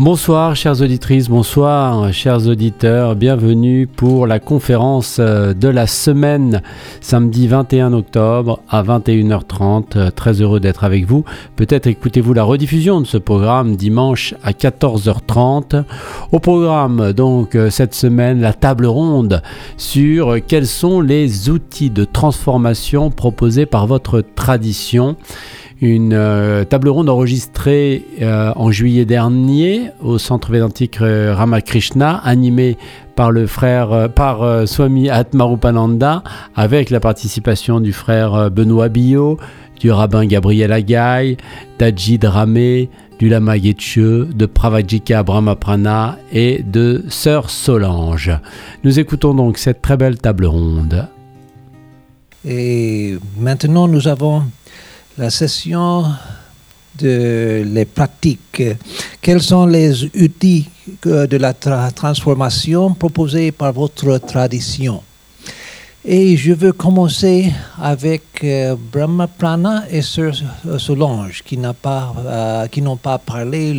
Bonsoir chères auditrices, bonsoir chers auditeurs, bienvenue pour la conférence de la semaine, samedi 21 octobre à 21h30, très heureux d'être avec vous. Peut-être écoutez-vous la rediffusion de ce programme dimanche à 14h30. Au programme donc cette semaine, la table ronde sur quels sont les outils de transformation proposés par votre tradition. Une table ronde enregistrée en juillet dernier au Centre Védantique Ramakrishna, animée par le frère, Swami Atmarupananda, avec la participation du frère Benoît Billot, du rabbin Gabriel Agaï, d'Ajit Ramé, du Lama Getche, de Pravajika Brahmaprana et de Sœur Solange. Nous écoutons donc cette très belle table ronde. Et maintenant nous avons la session de les pratiques. Quels sont les outils de la transformation proposés par votre tradition? Et je veux commencer avec Brahmaprana et Sœur Solange qui n'ont pas parlé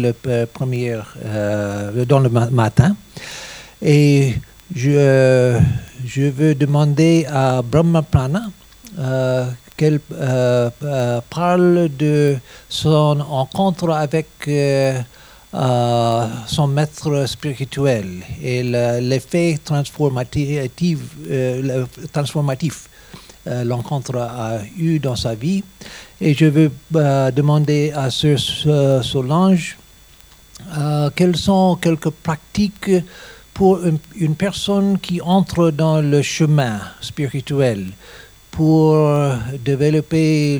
dans le matin. Et je veux demander à Brahmaprana qu'elle parle de son rencontre avec son maître spirituel et l'effet transformatif l'encontre a eu dans sa vie. Et je veux demander à Sœur Solange quelles sont quelques pratiques pour une personne qui entre dans le chemin spirituel pour développer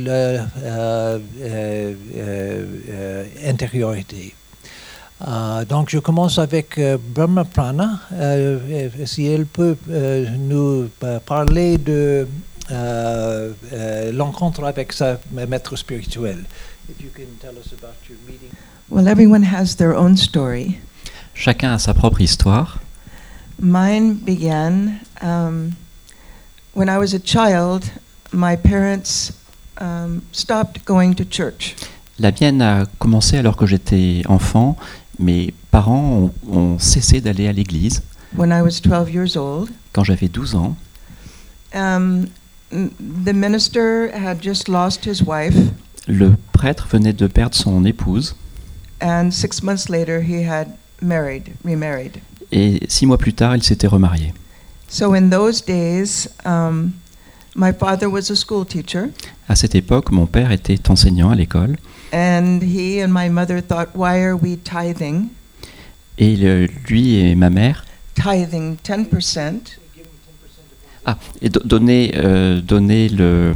l'intériorité. Donc je commence avec Brahmaprana, si elle peut nous parler de l'encontre avec sa maître spirituel. If you can tell us about your meeting. Well, everyone has their own story. Chacun a sa propre histoire. Mine began when I was a child. My parents stopped going to church. La mienne a commencé alors que j'étais enfant. Mes parents ont cessé d'aller à l'église. When I was 12 years old. Quand j'avais 12 ans. The minister had just lost his wife. Le prêtre venait de perdre son épouse. And 6 months later, he had remarried. Et 6 mois plus tard, il s'était remarié. So in those days, my father was a school teacher. À cette époque, mon père était enseignant à l'école. And he and my mother thought, why are we tithing? Et lui et ma mère Tithing 10%. Et donner le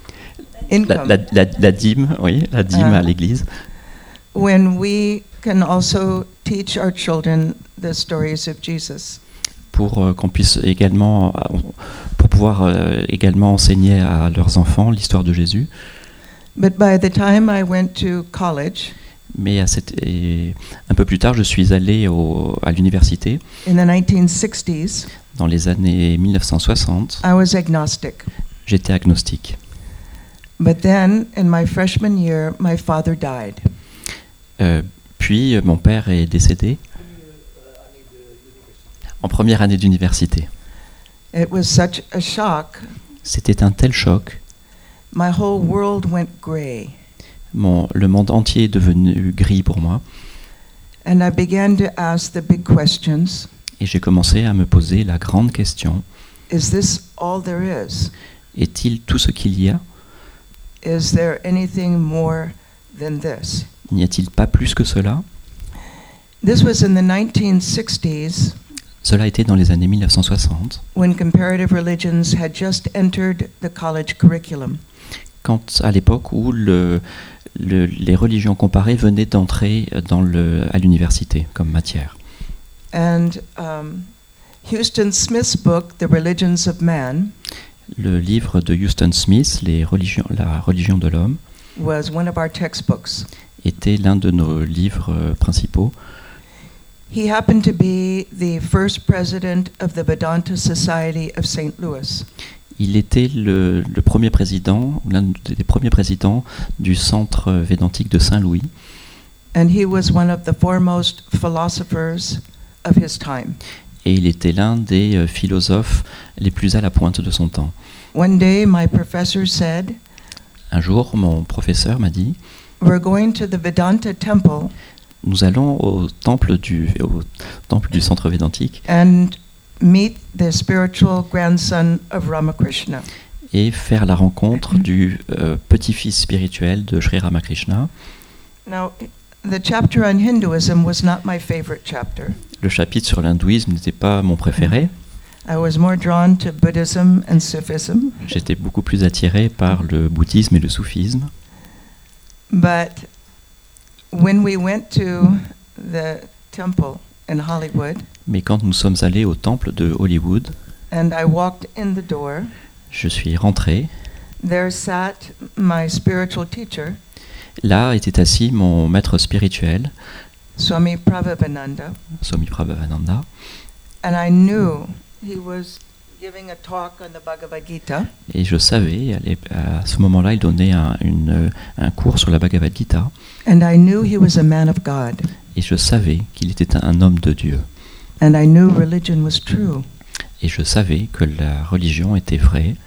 la dîme, oui, la dîme à l'église. When we can also teach our children the stories of Jesus. Pour qu'on puisse également, pour pouvoir également enseigner à leurs enfants l'histoire de Jésus. But by the time I went to college, mais un peu plus tard, je suis allé à l'université. In the 1960s, dans les années 1960, I was agnostic. J'étais agnostique. But then, in my freshman year, my father died. Puis mon père est décédé en première année d'université. It was such a shock. C'était un tel choc. My whole world went gray. Le monde entier est devenu gris pour moi. And I began to ask the big questions. Et j'ai commencé à me poser la grande question. Is this all there is? Est-il tout ce qu'il y a? Is there anything more than this? N'y a-t-il pas plus que cela? This was in the 1960s. Cela était dans les années 1960. When comparative religions had just entered the college curriculum. Quand à l'époque où les religions comparées venaient d'entrer à l'université comme matière. And Huston Smith's book, The Religions of Man, le livre de Huston Smith, la religion de l'homme, was one of our textbooks. Était l'un de nos livres principaux. He happened to be the first president of the Vedanta Society of St. Louis. Il était le premier président, l'un des premiers présidents du centre védantique de Saint-Louis. And he was one of the foremost philosophers of his time. Et il était l'un des philosophes les plus à la pointe de son temps. One day, my professor said, Un jour, mon professeur m'a dit, "We're going to the Vedanta temple nous allons au temple du centre védantique and meet the spiritual grandson of Ramakrishna." et faire la rencontre du petit-fils spirituel de Sri Ramakrishna. Now, the chapter on Hinduism was not my favorite chapter. Le chapitre sur l'hindouisme n'était pas mon préféré. I was more drawn to Buddhism and Sufism. J'étais beaucoup plus attiré par le bouddhisme et le soufisme. But when we went to the temple in Hollywood Mais quand nous sommes allés au temple de Hollywood, and I walked in the door, je suis rentré. there sat my spiritual teacher, Là était assis mon maître spirituel, Swami Prabhavananda, Swami Prabhavananda, and I knew he was giving a talk on the Bhagavad Gita, et je savais, à ce moment-là, il donnait un cours sur la Bhagavad Gita, and I knew he was a man of God, et je savais qu'il était un homme de Dieu. and I knew religion was true. Et je savais que la religion était vraie.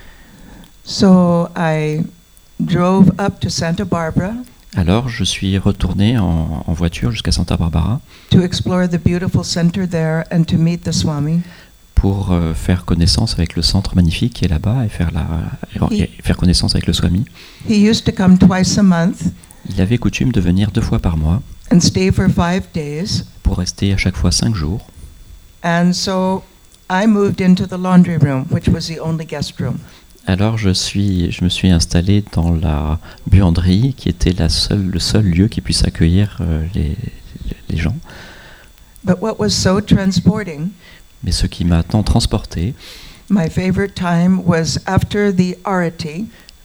So I drove up to Santa Barbara Alors je suis retourné en voiture jusqu'à Santa Barbara to explore the beautiful center there and to meet the Swami. pour faire connaissance avec le centre magnifique qui est là-bas et faire connaissance avec le Swami. He used to come twice a month Il avait coutume de venir 2 fois par mois and stay for 5 days. pour rester à chaque fois 5 jours. And so I moved into the laundry room, which was the only guest room. Alors je me suis installé dans la buanderie qui était le seul lieu qui puisse accueillir les gens. But what was so transporting, Mais ce qui m'a tant transporté, my favorite time was after the arati.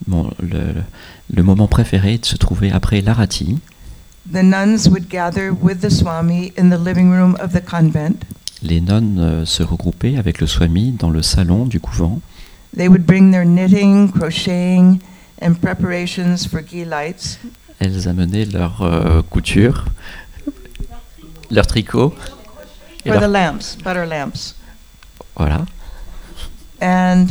le moment préféré se trouvait après l'arati. The nuns would gather with the Swami in the living room of the convent. Les nonnes se regroupaient avec le Swami dans le salon du couvent. They would bring their knitting, crocheting, and preparations for ghee lights. Elles amenaient leur couture, leur tricot, et For the leur- lamps, butter lamps. voilà, And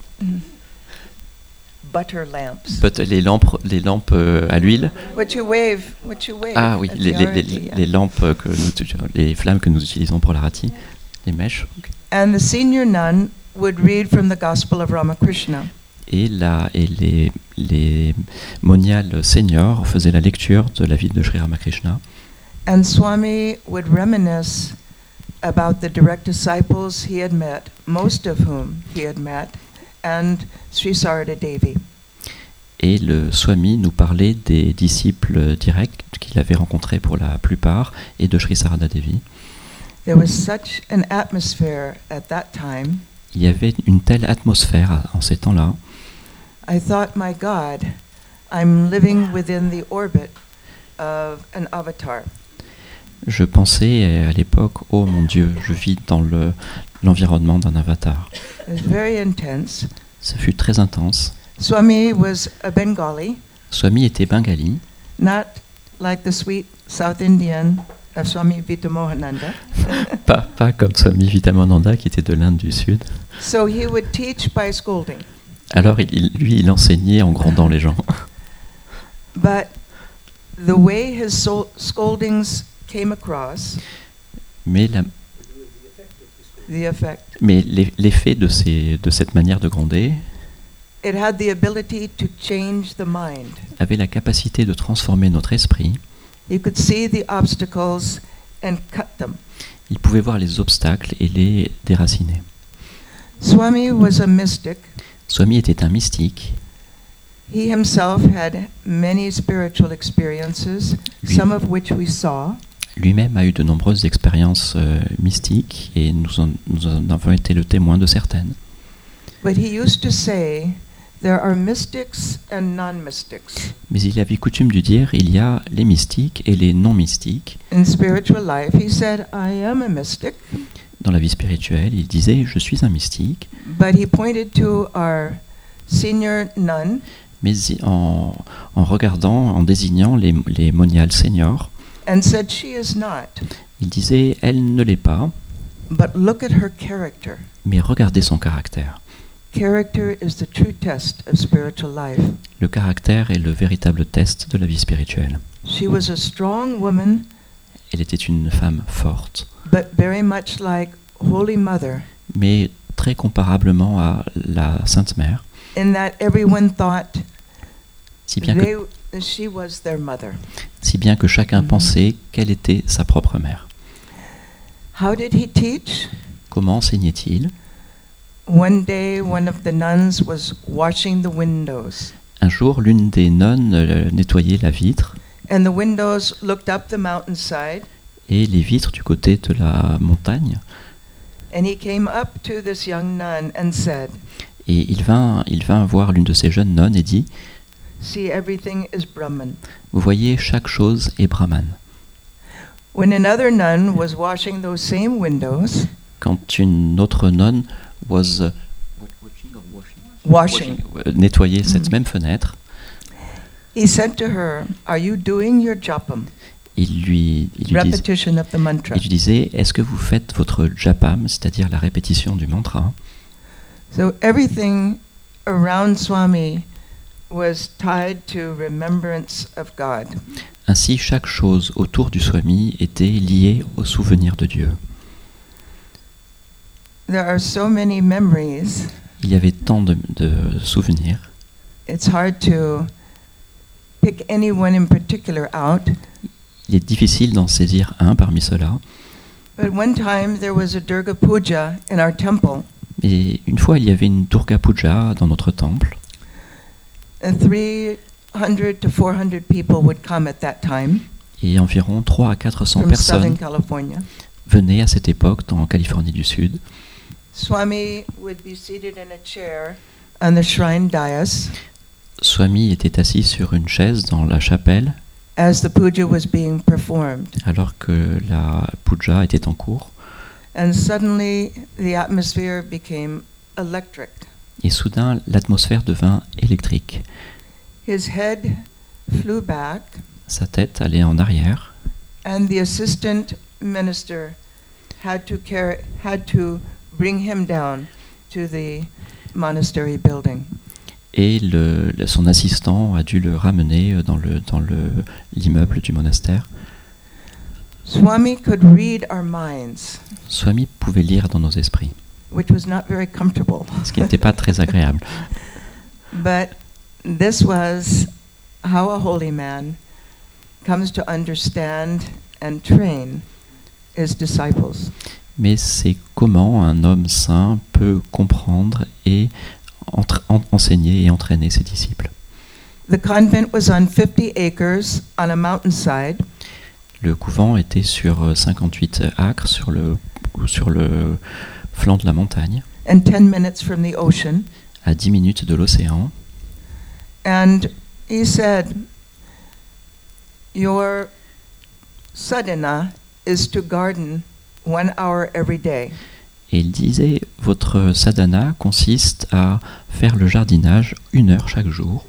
butter lamps. les lampes à l'huile. What you wave. Ah oui, at les the arati, yeah. lampes les flammes que nous utilisons pour l'arati, les mèches. And the senior nun would read from the Gospel of Ramakrishna. Et les moniales seniors faisaient la lecture de la vie de Sri Ramakrishna. And Swami would reminisce about the direct disciples he had met, most of whom he had met, and Sri Sarada Devi. Et le Swami nous parlait des disciples directs qu'il avait rencontrés pour la plupart et de Sri Sarada Devi. There was such an atmosphere at that time. Il y avait une telle atmosphère en ces temps-là. I thought, my God, I'm living within the orbit of an avatar. Je pensais à l'époque, oh mon Dieu, je vis dans l'environnement d'un avatar. It was very intense. Ça fut très intense. Swami was a Bengali, Swami était bengali, not like the sweet South Indian of Swami Vitamohananda. pas comme Swami Vitamananda qui était de l'Inde du Sud. So he would teach by scolding. Alors il enseignait en grondant les gens. But the way his scoldings came across, Mais the effect, l'effet de cette manière de gronder it had the ability to change the mind. avait la capacité de transformer notre esprit. You could see the obstacles and cut them. Il pouvait voir les obstacles et les déraciner. Swami was a mystic. Swami était un mystique. He himself had many spiritual experiences, some of which we saw. Lui-même a eu de nombreuses expériences mystiques et nous en avons été le témoin de certaines. But he used to say, there are mystics and non-mystics. Mais il avait coutume de dire, il y a les mystiques et les non-mystiques. In spiritual life, he said, I am a mystic. Dans la vie spirituelle, il disait, je suis un mystique. But he pointed to our senior nun, Mais en regardant, en désignant les moniales seniors, and said, "She is not, Il disait, elle ne l'est pas, but look at her character. mais regardez son caractère. Character is the true test of spiritual life. Le caractère est le véritable test de la vie spirituelle. She was a strong woman, Elle était une femme forte, but very much like Holy Mother, mais très comparablement à la Sainte Mère, in that everyone thought si bien she was their mother. que chacun pensait qu'elle était sa propre mère. How did he teach? Comment enseignait-il ? One day, one of the nuns was washing the windows, Un jour, l'une des nonnes nettoyait la vitre, and the windows looked up the mountainside, et les vitres du côté de la montagne, and he came up to this young nun and said, et il vint voir l'une de ces jeunes nonnes et dit, "See, everything is Brahman." vous voyez, chaque chose est brahman. When another nun was washing those same windows, Quand une autre nonne nettoyait cette même fenêtre, he said to her, "Are you doing your japam?" il lui Repetition of the mantra. disait, est-ce que vous faites votre japam, c'est-à-dire la répétition du mantra ? So everything around Swami was tied to remembrance of God. Ainsi, chaque chose autour du Swami était liée au souvenir de Dieu. There are so many memories. Il y avait tant de souvenirs. It's hard to pick anyone in particular out. Il est difficile d'en saisir un parmi ceux-là. But one time there was a Durga Puja in our temple. Et une fois, il y avait une Durga Puja dans notre temple. And 300 to 400 people would come at that time Et environ 300 à 400 from Southern personnes California. venaient à cette époque en Californie du Sud. Swami would be seated in a chair on the shrine dais Swami était assis sur une chaise dans la chapelle as the puja was being performed. alors que la puja était en cours. And suddenly the atmosphere became electric. Et soudain, l'atmosphère devint électrique. His head flew back, Sa tête allait en arrière and the assistant minister had to bring him down to the monastery building. et son assistant a dû le ramener dans l'immeuble du monastère. Swami could read our minds, Swami pouvait lire dans nos esprits, which was not very comfortable. ce qui n'était pas très agréable. But this was how a holy man comes to understand and train his disciples. Mais c'est comment un homme saint peut comprendre et enseigner et entraîner ses disciples. The convent was on 50 acres on a mountainside. Le couvent était sur 58 acres sur le flanc de la montagne, And 10 minutes from the ocean. à 10 minutes de l'océan. And he said, your sadhana is to garden 1 hour every day. Et il disait, votre sadhana consiste à faire le jardinage 1 heure chaque jour.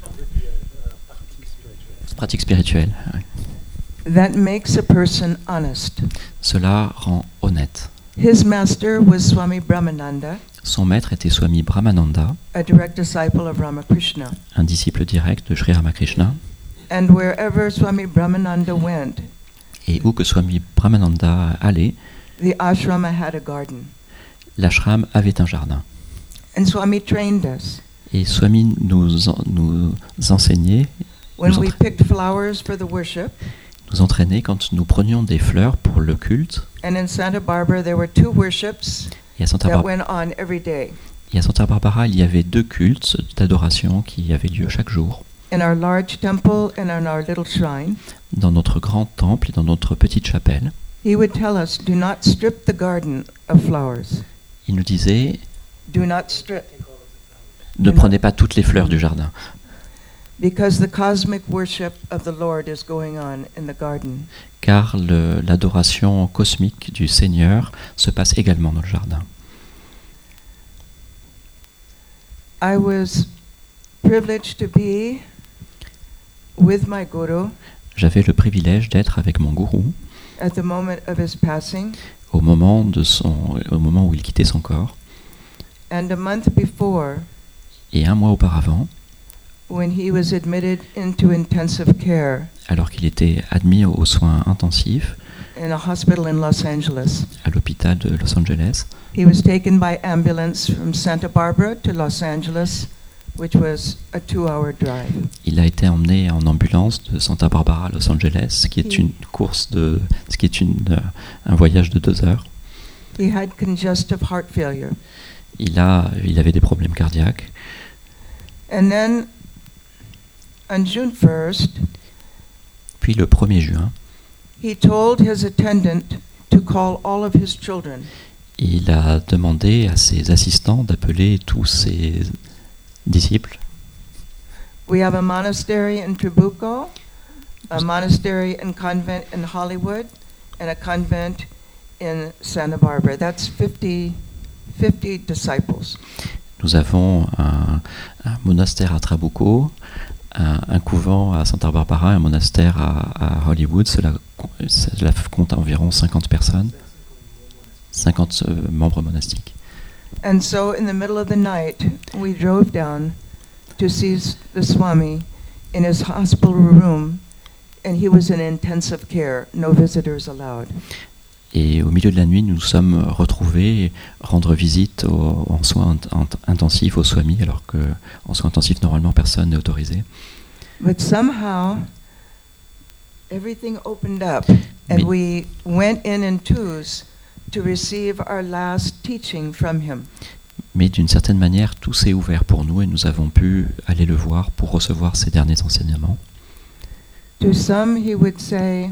Pratique spirituelle. Ouais. That makes a person honest. Cela rend honnête. His master was Swami Brahmananda, Son maître était Swami Brahmananda, a direct disciple of Ramakrishna. un disciple direct de Sri Ramakrishna. And wherever Swami Brahmananda went, Et où que Swami Brahmananda allait, the ashrama had a garden. l'ashram avait un jardin. And Swami trained us. Et Swami nous enseignait, When Nous we entra- picked flowers for the worship, nous entraînait quand nous prenions des fleurs pour le culte. and in Santa Barbara there were 2 worships Et à Santa, that went on every day. et à Santa Barbara, il y avait 2 cultes d'adoration qui avaient lieu chaque jour. In our large temple and in our little shrine, Dans notre grand temple et dans notre petite chapelle, he would tell us, do not strip the garden of flowers. il nous disait, Do not strip. ne prenez pas toutes les fleurs du jardin, Because the cosmic worship of the Lord is going on in the garden. car l'adoration cosmique du Seigneur se passe également dans le jardin. I was privileged to be with my guru J'avais le privilège d'être avec mon gourou at the moment of his passing, au moment où il quittait son corps. and a month before, Et un mois auparavant, when he was admitted into intensive care alors qu'il était admis aux soins intensifs in a hospital in Los Angeles. à l'hôpital de Los Angeles, He was taken by ambulance from Santa Barbara to Los Angeles, which was a 2-hour drive. il a été emmené en ambulance de Santa Barbara à Los Angeles, ce qui est un voyage de 2 heures. He had congestive heart failure. Il avait des problèmes cardiaques. And then on June 1st, Puis le 1er juin, he told his attendant to call all of his children. il a demandé à ses assistants d'appeler tous ses disciples. We have a monastery in Trabuco, a monastery and convent in Hollywood, and a convent in Santa Barbara. That's 50 disciples. Nous avons un monastère à Trabuco, un couvent à Santa Barbara, un monastère à Hollywood. Cela compte environ 50 personnes, 50 membres monastiques. And so in the middle of the night, we drove down to see the Swami in his hospital room, and he was in intensive care, no visitors allowed. Et au milieu de la nuit, nous nous sommes retrouvés rendre visite en soins intensifs au Swami, alors qu'en soins intensifs, normalement, personne n'est autorisé. But somehow, everything opened up, and we went in twos to receive our last teaching from him. Mais d'une certaine manière, tout s'est ouvert pour nous et nous avons pu aller le voir pour recevoir ses derniers enseignements. To some, he would say,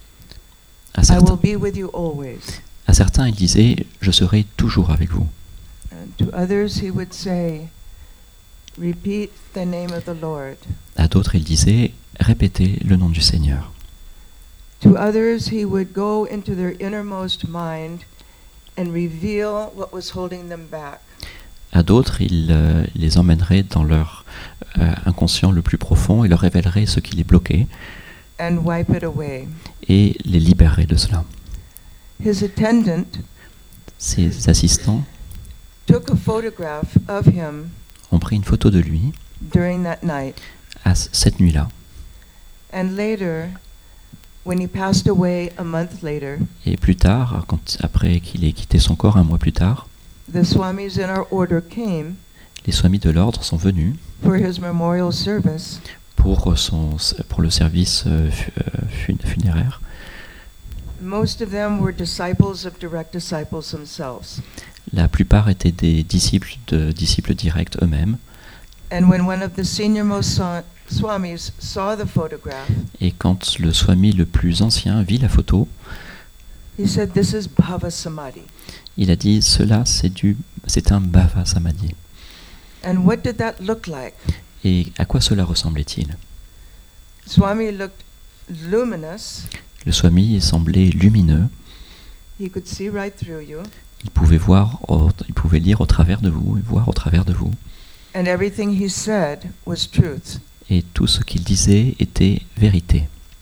À I will certains, be with you always. il disait « Je serai toujours avec vous ». And to others, he would say, repeat the name of the Lord. À d'autres, il disait « Répétez le nom du Seigneur ». To others, he would go into their innermost mind and reveal what was holding them back. À d'autres, il les emmènerait dans leur inconscient le plus profond et leur révélerait ce qui les bloquait And wipe it away. et les libérerait de cela. His attendant Ses assistants took a photograph of him ont pris une photo de lui during that night. cette nuit-là. And later, when he passed away a month later, Et plus tard, après qu'il ait quitté son corps un mois plus tard, the Swamis in our order came les Swamis de l'ordre sont venus for his memorial service. pour le service funéraire. Most of them were disciples of direct disciples themselves. La plupart étaient des disciples directs eux-mêmes. And when one of the senior-most Swamis saw the photograph, Et quand le Swami le plus ancien vit la photo, he said, "This is Bhava Samadhi." il a dit cela c'est un Bhava Samadhi. And what did that look like? Et à quoi cela ressemblait-il? Swami looked luminous. Le Swami semblait lumineux. He could see right through you. Il pouvait lire au travers de vous et voir au travers de vous. And everything he said was truth. Et tout ce qu'il disait était vérité.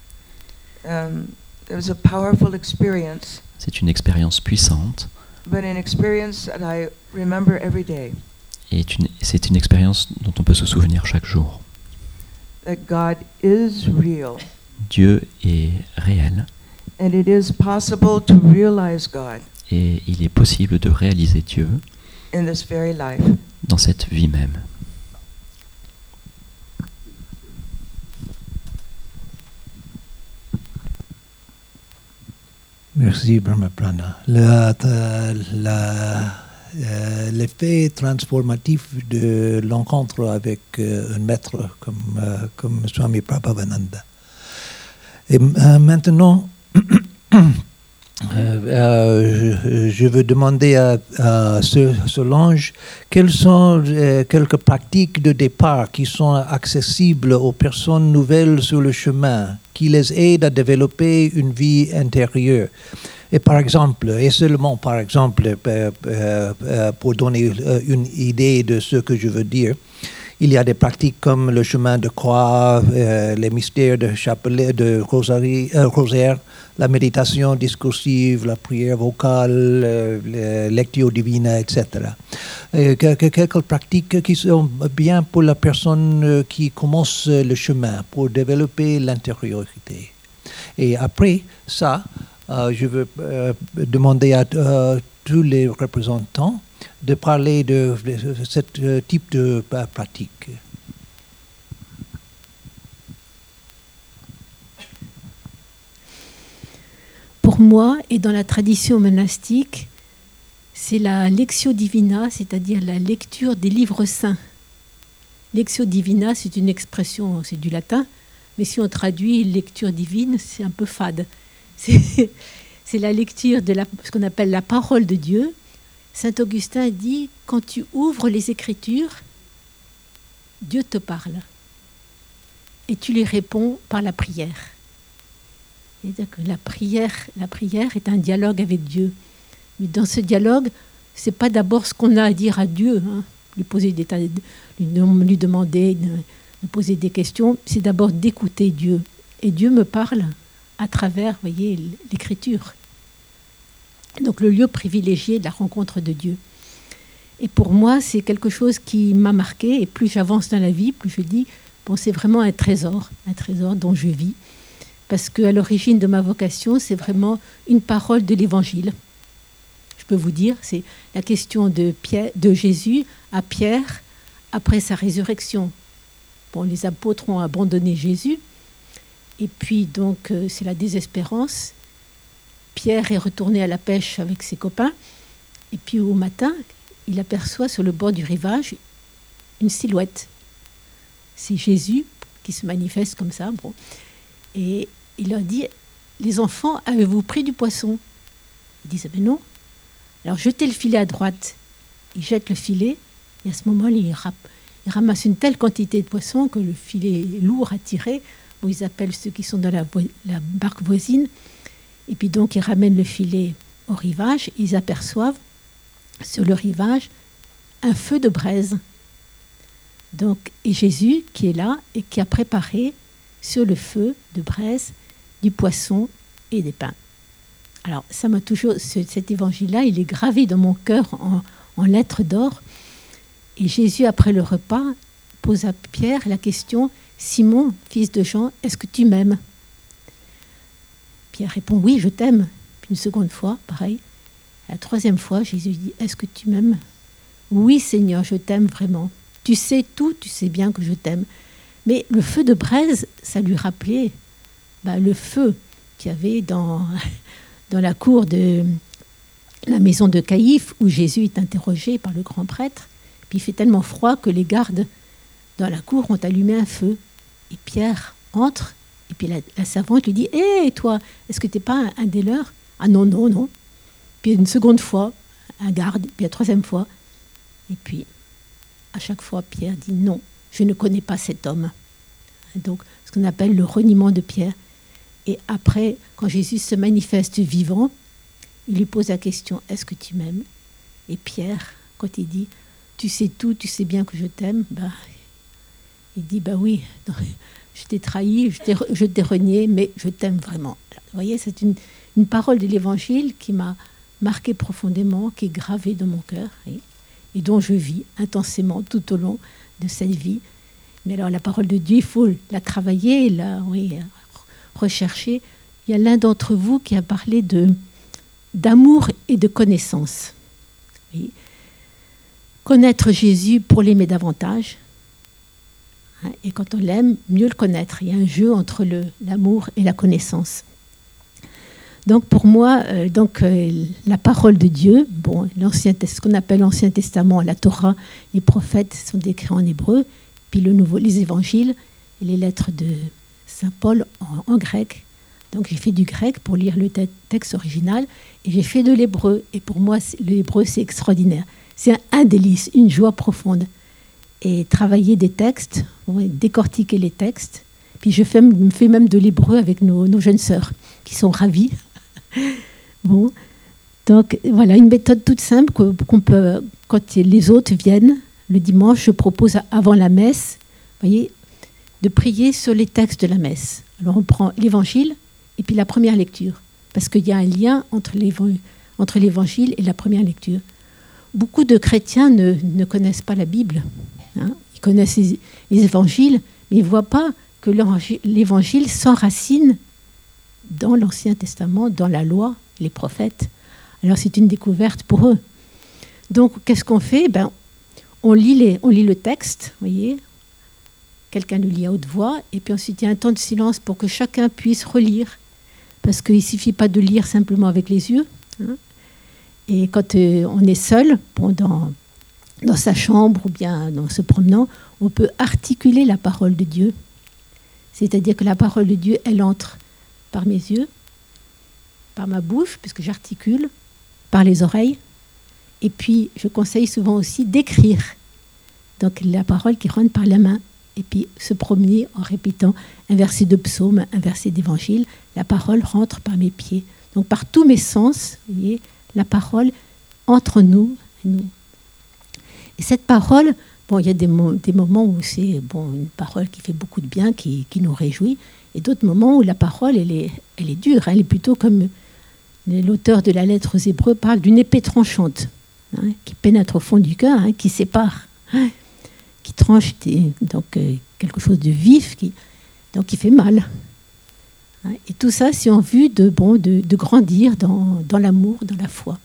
It was a powerful experience, C'est une expérience puissante but an experience that I remember every day. et c'est une expérience dont on peut se souvenir chaque jour. That God is real, Dieu est réel and it is possible to realize God et il est possible de réaliser Dieu in this very life. dans cette vie même. Merci, Brahmaprana. L'effet transformatif de l'encontre avec un maître comme Swami Prabhavananda. Et maintenant, je veux demander à Solange quelles sont quelques pratiques de départ qui sont accessibles aux personnes nouvelles sur le chemin, qui les aident à développer une vie intérieure. Et par exemple, et seulement par exemple, pour donner une idée de ce que je veux dire, Il y a des pratiques comme le chemin de croix, les mystères de chapelet, de rosaire, la méditation discursive, la prière vocale, la lecture divine, etc. Quelques pratiques qui sont bien pour la personne qui commence le chemin, pour développer l'intériorité. Et après ça, je veux demander à tous les représentants de parler de ce type de pratique. Pour moi, et dans la tradition monastique, c'est la lectio divina, c'est-à-dire la lecture des livres saints. Lectio divina, c'est une expression, c'est du latin, mais si on traduit lecture divine, c'est un peu fade. C'est la lecture de ce qu'on appelle la parole de Dieu. Saint Augustin dit, quand tu ouvres les Écritures, Dieu te parle. Et tu lui réponds par la prière. C'est-à-dire que la prière est un dialogue avec Dieu. Mais dans ce dialogue, ce n'est pas d'abord ce qu'on a à dire à Dieu, lui demander, de poser des questions, c'est d'abord d'écouter Dieu. Et Dieu me parle à travers, voyez, l'Écriture. Donc le lieu privilégié de la rencontre de Dieu. Et pour moi, c'est quelque chose qui m'a marqué. Et plus j'avance dans la vie, plus je dis, bon, c'est vraiment un trésor dont je vis. Parce qu'à l'origine de ma vocation, c'est vraiment une parole de l'Évangile. Je peux vous dire, c'est la question de Jésus à Pierre après sa résurrection. Bon, les apôtres ont abandonné Jésus. Et puis, donc, c'est la désespérance. Pierre est retourné à la pêche avec ses copains. Et puis, au matin, il aperçoit sur le bord du rivage une silhouette. C'est Jésus qui se manifeste comme ça. Bon. Et il leur dit, les enfants, avez-vous pris du poisson? Ils disent, mais non. Alors, jetez le filet à droite. Ils jettent le filet. Et à ce moment-là, ils ramassent une telle quantité de poissons que le filet est lourd à tirer. Bon, ils appellent ceux qui sont dans la barque voisine. Et puis donc, ils ramènent le filet au rivage. Ils aperçoivent sur le rivage un feu de braise. Donc, et Jésus qui est là et qui a préparé sur le feu de braise du poisson et des pains. Alors, ça m'a toujours, cet évangile-là, il est gravé dans mon cœur en lettres d'or. Et Jésus, après le repas, pose à Pierre la question, « Simon, fils de Jean, est-ce que tu m'aimes ?» Pierre répond, « Oui, je t'aime. » Puis une seconde fois, pareil. La troisième fois, Jésus dit, « Est-ce que tu m'aimes ?»« Oui, Seigneur, je t'aime vraiment. Tu sais tout, tu sais bien que je t'aime. » Mais le feu de braise, ça lui rappelait le feu qu'il y avait dans la cour de la maison de Caïphe, où Jésus est interrogé par le grand prêtre. Puis il fait tellement froid que les gardes dans la cour ont allumé un feu. Et Pierre entre, et puis la servante lui dit, « Hé, toi, est-ce que tu n'es pas un des leurs ?»« Ah non, non, non. » Puis une seconde fois, un garde, puis la troisième fois. Et puis, à chaque fois, Pierre dit, « Non, je ne connais pas cet homme. » Donc, ce qu'on appelle le reniement de Pierre. Et après, quand Jésus se manifeste vivant, il lui pose la question, « Est-ce que tu m'aimes ?» Et Pierre, quand il dit, « Tu sais tout, tu sais bien que je t'aime », il dit, « Oui, non, je t'ai trahi, je t'ai renié, mais je t'aime vraiment. » Vous voyez, c'est une parole de l'Évangile qui m'a marqué profondément, qui est gravée dans mon cœur et dont je vis intensément tout au long de cette vie. Mais alors, la parole de Dieu, il faut la travailler, rechercher. Il y a l'un d'entre vous qui a parlé d'amour et de connaissance. Oui. Connaître Jésus pour l'aimer davantage. Et quand on l'aime, mieux le connaître. Il y a un jeu entre l'amour et la connaissance. Donc pour moi, la parole de Dieu, ce qu'on appelle l'Ancien Testament, la Torah, les prophètes sont décrits en hébreu, puis les évangiles et les lettres de Saint Paul en grec. Donc j'ai fait du grec pour lire le texte original et j'ai fait de l'hébreu. Et pour moi, l'hébreu, c'est extraordinaire. C'est un délice, une joie profonde. Et travailler des textes, décortiquer les textes. Puis je fais même de l'hébreu avec nos jeunes sœurs qui sont ravies. Donc voilà, une méthode toute simple qu'on peut, quand les autres viennent le dimanche, je propose avant la messe, vous voyez, de prier sur les textes de la messe. Alors on prend l'évangile et puis la première lecture, parce qu'il y a un lien entre l'évangile et la première lecture. Beaucoup de chrétiens ne connaissent pas la Bible. Hein. Ils connaissent les évangiles, mais ils ne voient pas que l'évangile s'enracine dans l'Ancien Testament, dans la loi, les prophètes. Alors c'est une découverte pour eux. Donc qu'est-ce qu'on fait ? On lit le texte, vous voyez. Quelqu'un le lit à haute voix, et puis ensuite il y a un temps de silence pour que chacun puisse relire, parce qu'il ne suffit pas de lire simplement avec les yeux. Hein. Et quand on est seul, dans sa chambre ou bien en se promenant, on peut articuler la parole de Dieu. C'est-à-dire que la parole de Dieu, elle entre par mes yeux, par ma bouche, puisque j'articule, par les oreilles. Et puis, je conseille souvent aussi d'écrire. Donc, la parole qui rentre par la main. Et puis, se promener en répétant un verset de psaume, un verset d'évangile. La parole rentre par mes pieds. Donc, par tous mes sens, vous voyez, la parole entre nous. Et cette parole, il y a des moments où c'est une parole qui fait beaucoup de bien, qui nous réjouit. Et d'autres moments où la parole, elle est dure. Hein, elle est plutôt comme l'auteur de la lettre aux Hébreux parle d'une épée tranchante, hein, qui pénètre au fond du cœur, hein, qui sépare, hein, qui tranche quelque chose de vif, qui fait mal. Hein, et tout ça, c'est en vue de grandir dans l'amour, dans la foi.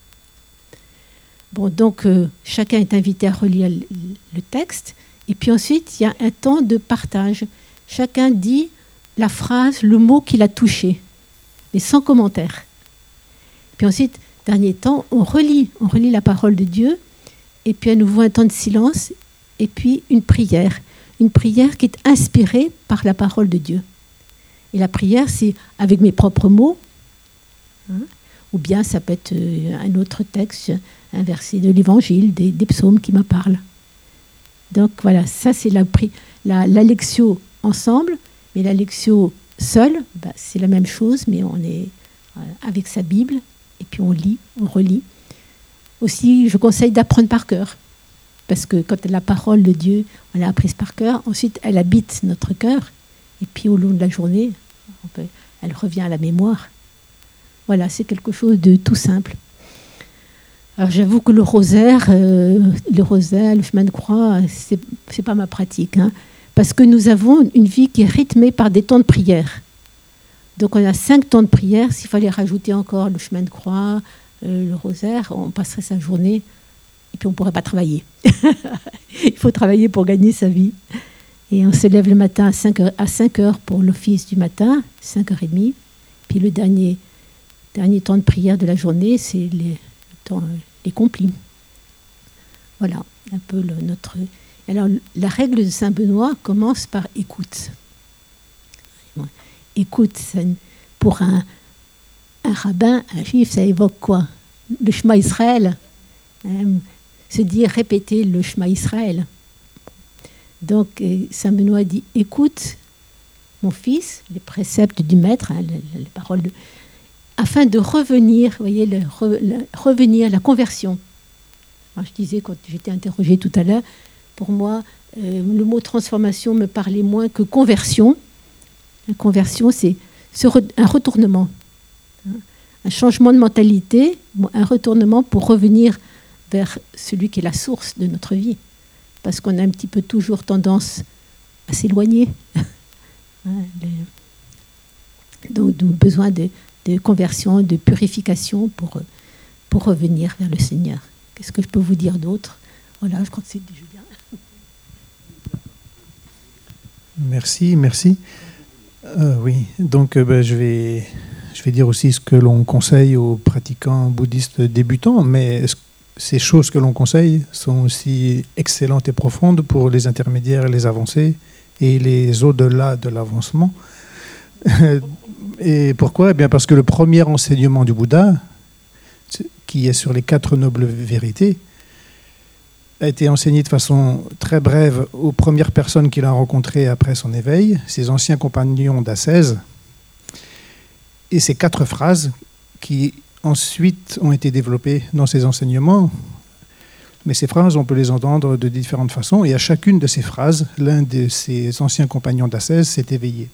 Donc chacun est invité à relire le texte. Et puis ensuite, il y a un temps de partage. Chacun dit la phrase, le mot qu'il a touché, mais sans commentaire. Puis ensuite, dernier temps, on relit la parole de Dieu, et puis à nouveau un temps de silence, et puis une prière qui est inspirée par la parole de Dieu. Et la prière, c'est avec mes propres mots, hein, ou bien ça peut être un autre texte, un verset de l'Évangile, des psaumes qui me parlent. Donc voilà, ça c'est la lectio ensemble, mais la lectio seule, c'est la même chose, mais on est avec sa Bible, et puis on lit, on relit. Aussi, je conseille d'apprendre par cœur, parce que quand la parole de Dieu, on l'a apprise par cœur, ensuite elle habite notre cœur, et puis au long de la journée, elle revient à la mémoire. Voilà, c'est quelque chose de tout simple. Alors j'avoue que le rosaire, le chemin de croix, c'est pas ma pratique, hein, parce que nous avons une vie qui est rythmée par des temps de prière. Donc on a 5 temps de prière. S'il fallait rajouter encore le chemin de croix, le rosaire, on passerait sa journée et puis on ne pourrait pas travailler. Il faut travailler pour gagner sa vie. Et on se lève le matin à 5 heures pour l'office du matin, 5h30. Puis le dernier temps de prière de la journée, c'est les complis. Voilà, un peu notre... Alors, la règle de Saint-Benoît commence par écoute. Écoute, pour un rabbin, un juif, ça évoque quoi ? Le Shema Israël. Se dire, répéter le Shema Israël. Donc, Saint-Benoît dit, écoute, mon fils, les préceptes du maître, hein, les paroles afin de revenir, vous voyez, revenir, la conversion. Alors, je disais, quand j'étais interrogée tout à l'heure, pour moi, le mot transformation me parlait moins que conversion. La conversion, c'est un retournement, hein, un changement de mentalité, un retournement pour revenir vers celui qui est la source de notre vie. Parce qu'on a un petit peu toujours tendance à s'éloigner. Donc, besoin de conversion, de purification pour revenir vers le Seigneur. Qu'est-ce que je peux vous dire d'autre ? Voilà, je crois que c'est déjà bien. Merci. Oui, donc je vais dire aussi ce que l'on conseille aux pratiquants bouddhistes débutants, mais ces choses que l'on conseille sont aussi excellentes et profondes pour les intermédiaires et les avancés et les au-delà de l'avancement. Et pourquoi ? Eh bien parce que le premier enseignement du Bouddha, qui est sur les 4 nobles vérités, a été enseigné de façon très brève aux premières personnes qu'il a rencontrées après son éveil, ses anciens compagnons d'ascèse. Et ces 4 phrases qui ensuite ont été développées dans ses enseignements Mais ces phrases, on peut les entendre de différentes façons, et à chacune de ces phrases, l'un de ses anciens compagnons d'ascèse s'est éveillé.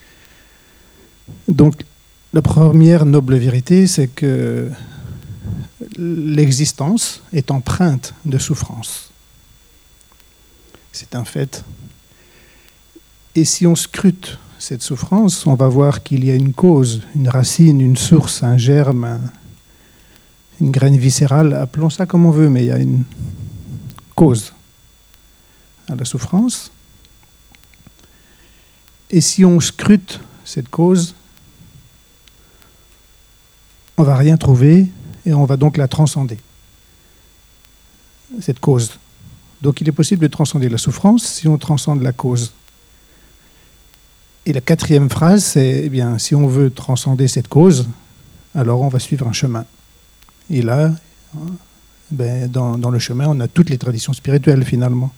Donc, la première noble vérité, c'est que l'existence est empreinte de souffrance. C'est un fait. Et si on scrute cette souffrance, on va voir qu'il y a une cause, une racine, une source, un germe, une graine viscérale, appelons ça comme on veut, mais il y a une cause à la souffrance. Et si on scrute cette cause, on ne va rien trouver et on va donc la transcender, cette cause. Donc il est possible de transcender la souffrance si on transcende la cause. Et la quatrième phrase, c'est, eh bien, si on veut transcender cette cause, alors on va suivre un chemin. Et là, dans le chemin, on a toutes les traditions spirituelles, finalement.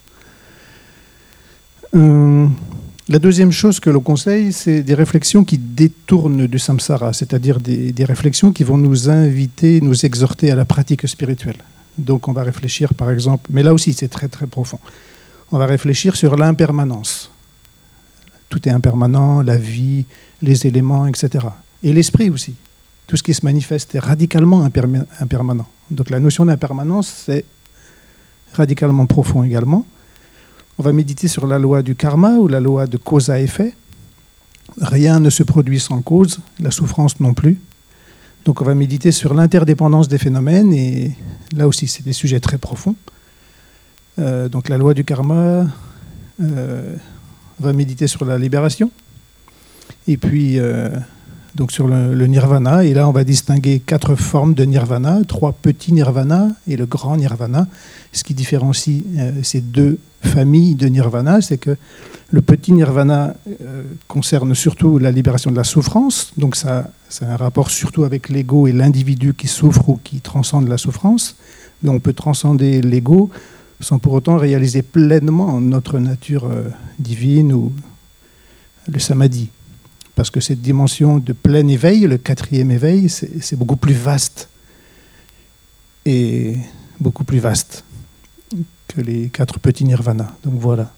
La deuxième chose que l'on conseille, c'est des réflexions qui détournent du samsara, c'est-à-dire des réflexions qui vont nous inviter, nous exhorter à la pratique spirituelle. Donc on va réfléchir, par exemple, mais là aussi c'est très très profond, on va réfléchir sur l'impermanence. Tout est impermanent, la vie, les éléments, etc. Et l'esprit aussi. Tout ce qui se manifeste est radicalement impermanent. Donc la notion d'impermanence, c'est radicalement profond également. On va méditer sur la loi du karma ou la loi de cause à effet. Rien ne se produit sans cause, la souffrance non plus. Donc on va méditer sur l'interdépendance des phénomènes, et là aussi c'est des sujets très profonds. Donc la loi du karma, on va méditer sur la libération, et puis donc sur le nirvana, et là on va distinguer 4 formes de nirvana, 3 petits nirvana et le grand nirvana. Ce qui différencie ces 2 familles de nirvana, c'est que le petit nirvana concerne surtout la libération de la souffrance, donc ça a un rapport surtout avec l'ego et l'individu qui souffre ou qui transcende la souffrance, mais on peut transcender l'ego sans pour autant réaliser pleinement notre nature divine ou le samadhi. Parce que cette dimension de plein éveil, le 4e éveil, c'est beaucoup plus vaste. Et beaucoup plus vaste que les 4 petits nirvanas. Donc voilà.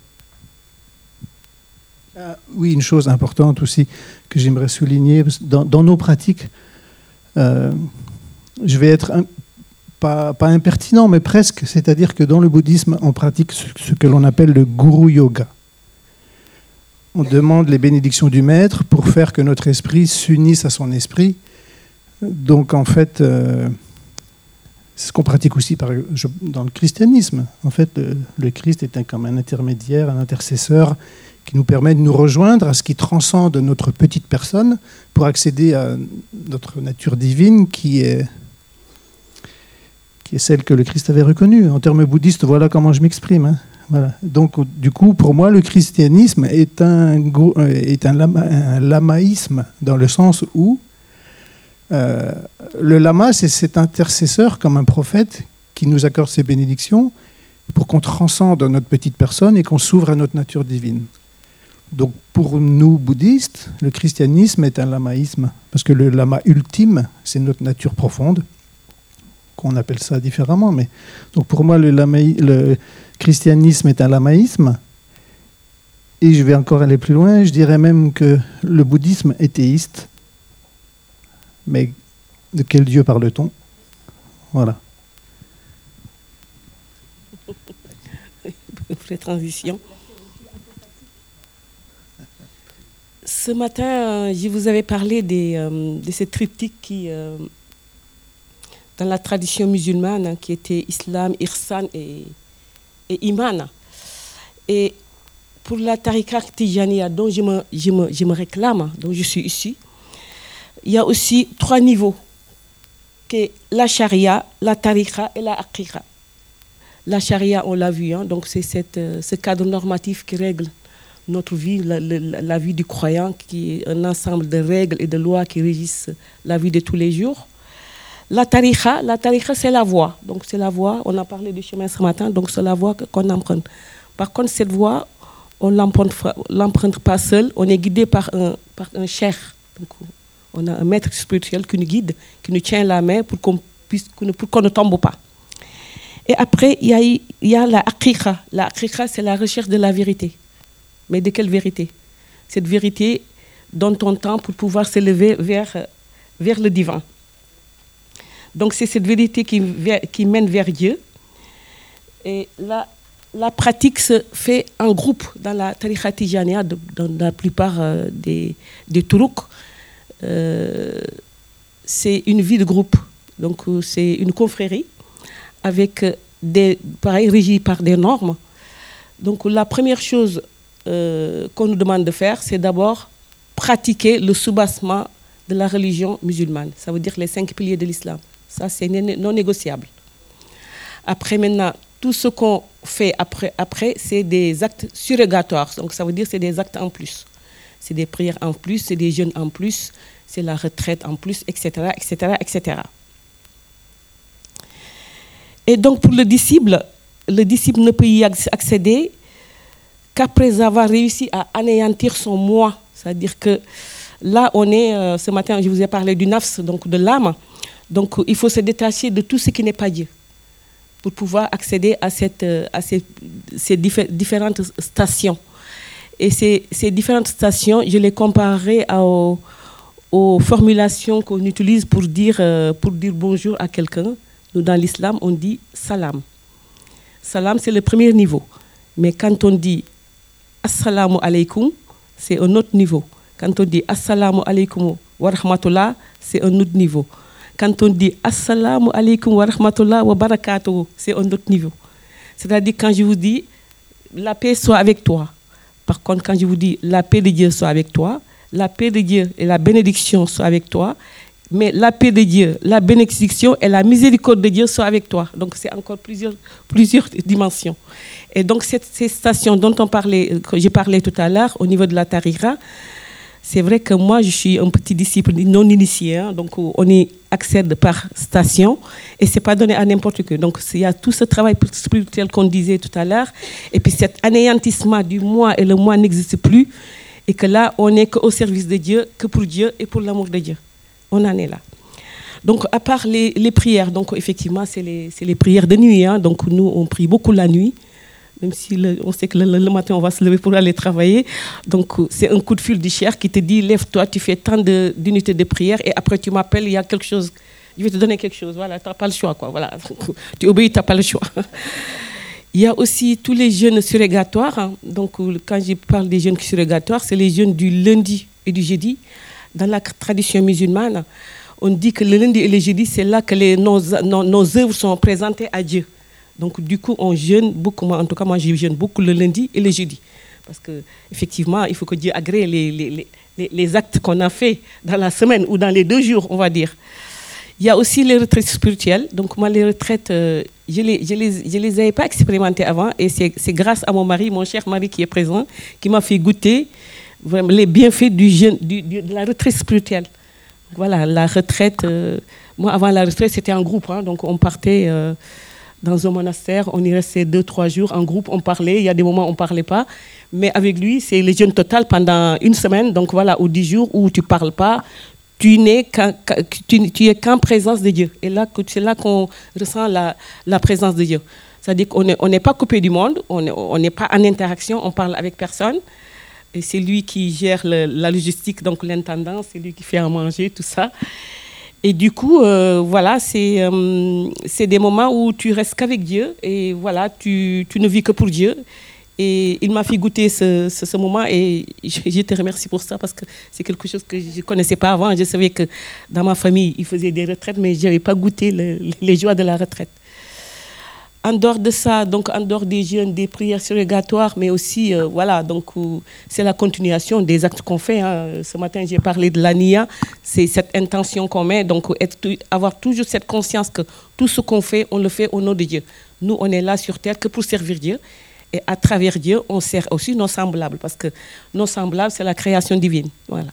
Oui, une chose importante aussi que j'aimerais souligner, dans nos pratiques, je vais être pas impertinent, mais presque, c'est-à-dire que dans le bouddhisme, on pratique ce que l'on appelle le guru yoga. On demande les bénédictions du maître pour faire que notre esprit s'unisse à son esprit. Donc en fait, c'est ce qu'on pratique aussi dans le christianisme. En fait, le Christ est comme un intermédiaire, un intercesseur qui nous permet de nous rejoindre à ce qui transcende notre petite personne pour accéder à notre nature divine qui est celle que le Christ avait reconnue. En termes bouddhistes, voilà comment je m'exprime. Hein. Voilà. Donc, du coup, pour moi, le christianisme est un lamaïsme, dans le sens où le lama, c'est cet intercesseur comme un prophète qui nous accorde ses bénédictions pour qu'on transcende notre petite personne et qu'on s'ouvre à notre nature divine. Donc, pour nous, bouddhistes, le christianisme est un lamaïsme, parce que le lama ultime, c'est notre nature profonde, qu'on appelle ça différemment. Mais donc, pour moi, le christianisme est un lamaïsme, et je vais encore aller plus loin, je dirais même que le bouddhisme est théiste. Mais de quel Dieu parle-t-on? Voilà. Pour les transitions. Ce matin, je vous avais parlé de ces triptyques qui, dans la tradition musulmane, qui étaient Islam, Ihsan et Iman. Et pour la tariqa Tijaniya, dont je me réclame, dont je suis ici, il y a aussi 3 niveaux, que la charia, la tariqa et la aqiqa. La charia, on l'a vu, hein, donc c'est ce cadre normatif qui règle notre vie, la vie du croyant, qui est un ensemble de règles et de lois qui régissent la vie de tous les jours. La tariqa, c'est la voie. Donc c'est la voie, on a parlé du chemin ce matin, donc c'est la voie qu'on emprunte. Par contre, cette voie, on ne l'emprunte pas seul, on est guidé par un cheikh. Donc, on a un maître spirituel qui nous guide, qui nous tient la main pour qu'on ne tombe pas. Et après, il y a la aqiqa. La aqiqa, c'est la recherche de la vérité. Mais de quelle vérité? Cette vérité dont on tend pour pouvoir s'élever vers le divin. Donc c'est cette vérité qui mène vers Dieu. Et la pratique se fait en groupe dans la tariqa tijaniya, dans la plupart des tourouks. C'est une vie de groupe. Donc c'est une confrérie avec pareil, régie par des normes. Donc la première chose qu'on nous demande de faire, c'est d'abord pratiquer le soubassement de la religion musulmane. Ça veut dire les 5 piliers de l'islam. Ça, c'est non négociable. Après, maintenant, tout ce qu'on fait après, c'est des actes surrogatoires. Donc ça veut dire c'est des actes en plus. C'est des prières en plus, c'est des jeûnes en plus, c'est la retraite en plus, etc., etc., etc. Et donc pour le disciple ne peut y accéder qu'après avoir réussi à anéantir son moi. C'est-à-dire que là, on est, ce matin, je vous ai parlé du nafs, donc de l'âme. Donc il faut se détacher de tout ce qui n'est pas Dieu pour pouvoir accéder à ces différentes stations. Et ces différentes stations, je les comparerai aux formulations qu'on utilise pour dire bonjour à quelqu'un. Nous, dans l'islam, on dit salam. Salam, c'est le premier niveau. Mais quand on dit assalamu alaikum, c'est un autre niveau. Quand on dit assalamu alaikum wa rahmatullah, c'est un autre niveau. Quand on dit assalamu alaikum wa rahmatullah wa barakatuh, c'est un autre niveau. C'est-à-dire quand je vous dis la paix soit avec toi. Par contre, quand je vous dis la paix de Dieu soit avec toi, la paix de Dieu et la bénédiction soient avec toi, mais la paix de Dieu, la bénédiction et la miséricorde de Dieu soient avec toi. Donc c'est encore plusieurs dimensions. Et donc ces stations dont que j'ai parlé tout à l'heure au niveau de la tariqa, c'est vrai que moi je suis un petit disciple non initié, hein, donc on y accède par station et c'est pas donné à n'importe qui. Donc il y a tout ce travail spirituel qu'on disait tout à l'heure, et puis cet anéantissement du moi, et le moi n'existe plus, et que là on n'est qu'au service de Dieu, que pour Dieu et pour l'amour de Dieu. On en est là. Donc à part les prières, donc effectivement c'est les prières de nuit, hein, donc nous on prie beaucoup la nuit. Même si on sait que le matin, on va se lever pour aller travailler. Donc, c'est un coup de fil du cheikh qui te dit, lève-toi, tu fais tant d'unités de prière et après tu m'appelles, il y a quelque chose, je vais te donner quelque chose. Voilà, tu n'as pas le choix, quoi. Voilà. Tu obéis, tu n'as pas le choix. Il y a aussi tous les jeûnes surrogatoires. Hein. Donc, quand je parle des jeûnes surrogatoires, c'est les jeûnes du lundi et du jeudi. Dans la tradition musulmane, on dit que le lundi et le jeudi, c'est là que nos œuvres sont présentées à Dieu. Donc, du coup, on jeûne beaucoup. En tout cas, moi, je jeûne beaucoup le lundi et le jeudi. Parce qu'effectivement, il faut que Dieu agrée les actes qu'on a faits dans la semaine ou dans les 2 jours, on va dire. Il y a aussi les retraites spirituelles. Donc, moi, les retraites, je les avais pas expérimentées avant. Et c'est grâce à mon mari, mon cher mari qui est présent, qui m'a fait goûter vraiment les bienfaits de la retraite spirituelle. Voilà, la retraite. Moi, avant la retraite, c'était en groupe. Hein, donc, on partait dans un monastère, on y restait 2-3 jours en groupe, on parlait, il y a des moments où on ne parlait pas, mais avec lui, c'est le jeûne total pendant 1 semaine, donc voilà, ou 10 jours où tu ne parles pas, tu es qu'en présence de Dieu. Et là, c'est là qu'on ressent la présence de Dieu. C'est-à-dire qu'on n'est pas coupé du monde, on n'est pas en interaction, on parle avec personne, et c'est lui qui gère la logistique, donc l'intendant, c'est lui qui fait à manger, tout ça. Et du coup, voilà, c'est des moments où tu restes qu'avec Dieu et voilà, tu ne vis que pour Dieu. Et il m'a fait goûter ce moment et je te remercie pour ça parce que c'est quelque chose que je ne connaissais pas avant. Je savais que dans ma famille, ils faisaient des retraites, mais je n'avais pas goûté les joies de la retraite. En dehors de ça, donc en dehors des jeûnes, des prières surrogatoires, mais aussi, voilà, donc c'est la continuation des actes qu'on fait. Hein. Ce matin, j'ai parlé de l'ania, c'est cette intention qu'on met, donc avoir toujours cette conscience que tout ce qu'on fait, on le fait au nom de Dieu. Nous, on est là sur terre que pour servir Dieu. Et à travers Dieu, on sert aussi nos semblables, parce que nos semblables, c'est la création divine. Voilà.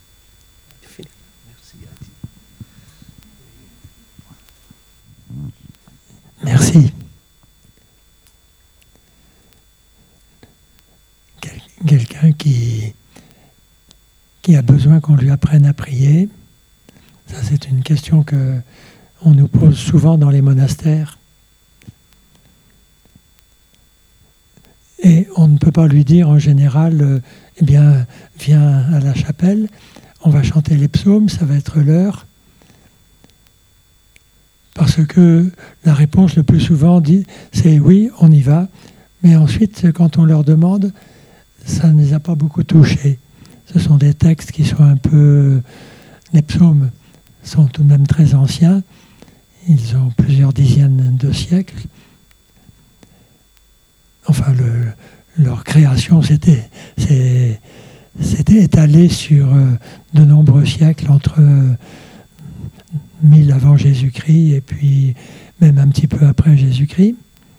Merci. Quelqu'un qui a besoin qu'on lui apprenne à prier, ça c'est une question qu'on nous pose souvent dans les monastères. Et on ne peut pas lui dire en général, eh bien, viens à la chapelle, on va chanter les psaumes, ça va être l'heure. Parce que la réponse le plus souvent c'est oui, on y va. Mais ensuite, quand on leur demande, ça ne les a pas beaucoup touchés. Ce sont des textes qui sont un peu... Les psaumes sont tout de même très anciens. Ils ont plusieurs dizaines de siècles. Enfin, leur création s'était étalée sur de nombreux siècles, entre 1000 avant Jésus-Christ et puis même un petit peu après Jésus-Christ.